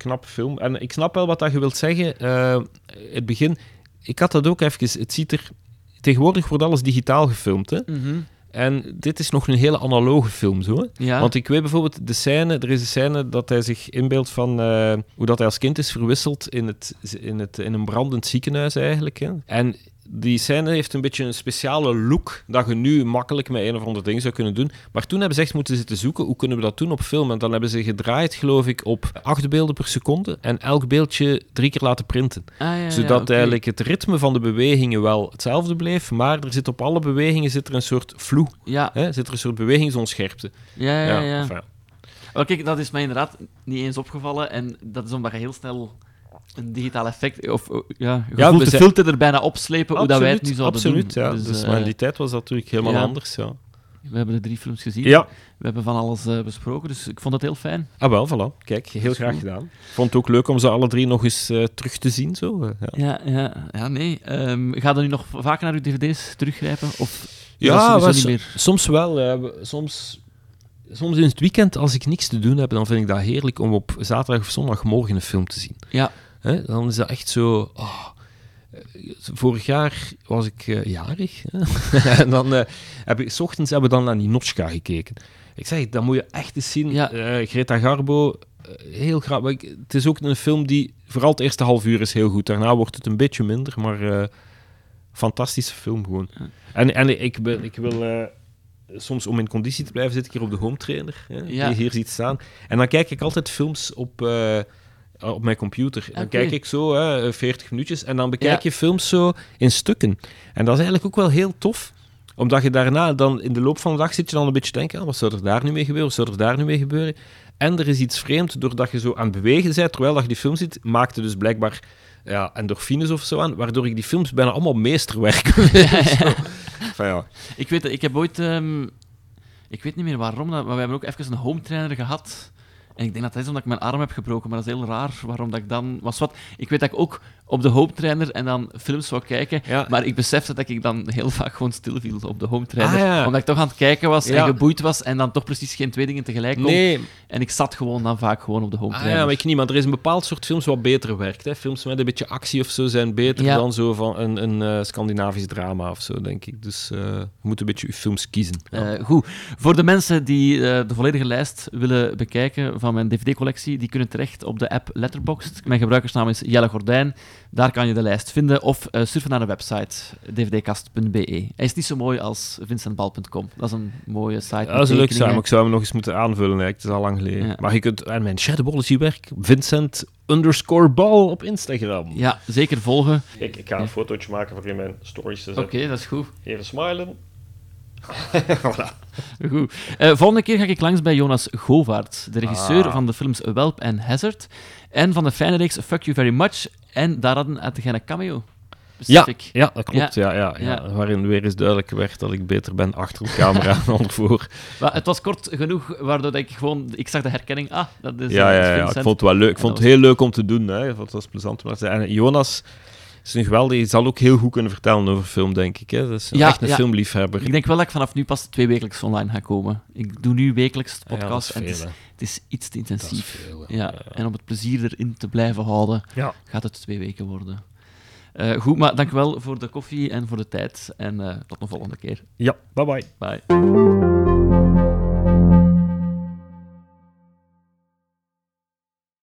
knappe film. En ik snap wel wat dat je wilt zeggen. Het begin... Ik had dat ook even... Het ziet er... Tegenwoordig wordt alles digitaal gefilmd, hè? Mhm. En dit is nog een hele analoge film, zo. Hè? Ja. Want ik weet bijvoorbeeld de scène... Er is een scène dat hij zich inbeeldt van... hoe dat hij als kind is verwisseld in een brandend ziekenhuis, eigenlijk. Hè? En die scène heeft een beetje een speciale look dat je nu makkelijk met een of ander ding zou kunnen doen. Maar toen hebben ze echt moeten zitten zoeken, hoe kunnen we dat doen op film? En dan hebben ze gedraaid, geloof ik, op 8 beelden per seconde en elk beeldje 3 keer laten printen. Zodat eigenlijk het ritme van de bewegingen wel hetzelfde bleef, maar er zit op alle bewegingen een soort vloe. Ja. Hè? Zit er een soort bewegingsonscherpte. Ja. Enfin, Wel, kijk, dat is mij inderdaad niet eens opgevallen. En dat is omdat je heel snel een digitaal effect... Of je voelt de filter er bijna opslepen, hoe dat wij het nu zouden absoluut, doen. Ja. Dus maar in die tijd was dat natuurlijk helemaal anders. Ja. We hebben de 3 films gezien. Ja. We hebben van alles besproken, dus ik vond het heel fijn. Ah, wel, voilà. Kijk, heel graag gedaan. Ik vond het ook leuk om ze alle 3 nog eens terug te zien. Zo. Ja, nee. Ga je nu nog vaker naar uw dvd's teruggrijpen? Of ja, niet meer? Soms wel. Soms in het weekend, als ik niks te doen heb, dan vind ik dat heerlijk om op zaterdag of zondagmorgen een film te zien. Ja. Dan is dat echt zo... vorig jaar was ik jarig. En dan heb ik... 's ochtends hebben we dan naar Ninochka gekeken. Ik zeg, dat moet je echt eens zien. Ja. Greta Garbo, heel graag. Het is ook een film die... Vooral het eerste half uur is heel goed. Daarna wordt het een beetje minder, maar... fantastische film gewoon. Ja. En ik wil... soms om in conditie te blijven zit ik hier op de home trainer, die je hier ziet staan. En dan kijk ik altijd films op mijn computer. Dan kijk ik zo 40 minuutjes en dan bekijk je films zo in stukken. En dat is eigenlijk ook wel heel tof, omdat je daarna dan in de loop van de dag zit je dan een beetje te denken, wat zou er daar nu mee gebeuren, wat zou er daar nu mee gebeuren? En er is iets vreemd, doordat je zo aan het bewegen bent, terwijl je die film ziet, maakte dus blijkbaar endorfines of zo aan, waardoor ik die films bijna allemaal meesterwerk ja. Ik heb ooit... ik weet niet meer waarom, maar we hebben ook even een home trainer gehad. En ik denk dat is omdat ik mijn arm heb gebroken, maar dat is heel raar waarom dat ik dan... Ik weet dat ik ook op de home trainer en dan films wou kijken, maar ik besefte dat ik dan heel vaak gewoon stilviel op de home trainer. Omdat ik toch aan het kijken was en geboeid was en dan toch precies geen 2 dingen tegelijk kon. Nee. En ik zat dan vaak gewoon op de home trainer. Ja, maar ik niet, maar er is een bepaald soort films wat beter werkt. Hè. Films met een beetje actie of zo zijn beter dan zo van een Scandinavisch drama of zo, denk ik. Dus je moet een beetje je films kiezen. Goed. Voor de mensen die de volledige lijst willen bekijken van mijn dvd-collectie, die kunnen terecht op de app Letterboxd. Mijn gebruikersnaam is Jelle Gordijn. Daar kan je de lijst vinden. Of surfen naar de website dvdkast.be. Hij is niet zo mooi als vincentbal.com. Dat is een mooie site. Ja, dat is een leuk samen. Ik zou hem nog eens moeten aanvullen. Hè. Het is al lang geleden. Ja. Maar je kunt aan mijn Shadowbology-werk Vincent_Bal op Instagram. Ja, zeker volgen. Kijk, ik ga een fotootje maken voor in mijn stories te zetten. Oké, dat is goed. Even smilen. Voilà. Goed. Volgende keer ga ik langs bij Jonas Govaert, de regisseur van de films Welp en Hazard, en van de fijne reeks Fuck You Very Much. En daar hadden uitgene een cameo. Ja, dat klopt. Ja. Waarin weer eens duidelijk werd dat ik beter ben achter de camera dan ervoor. Maar het was kort genoeg, waardoor ik zag de herkenning. Dat is ik vond het wel leuk. Ik vond het heel leuk om te doen. Hè. Het was plezant. En Jonas is een geweldig. Die zal ook heel goed kunnen vertellen over film, denk ik. Hè. Dat is echt een filmliefhebber. Ik denk wel dat ik vanaf nu pas 2 wekelijks online ga komen. Ik doe nu wekelijks de podcast en het is iets te intensief. En om het plezier erin te blijven houden, gaat het 2 weken worden. Goed, maar dank wel voor de koffie en voor de tijd. En tot de volgende keer. Ja, bye-bye. Bye.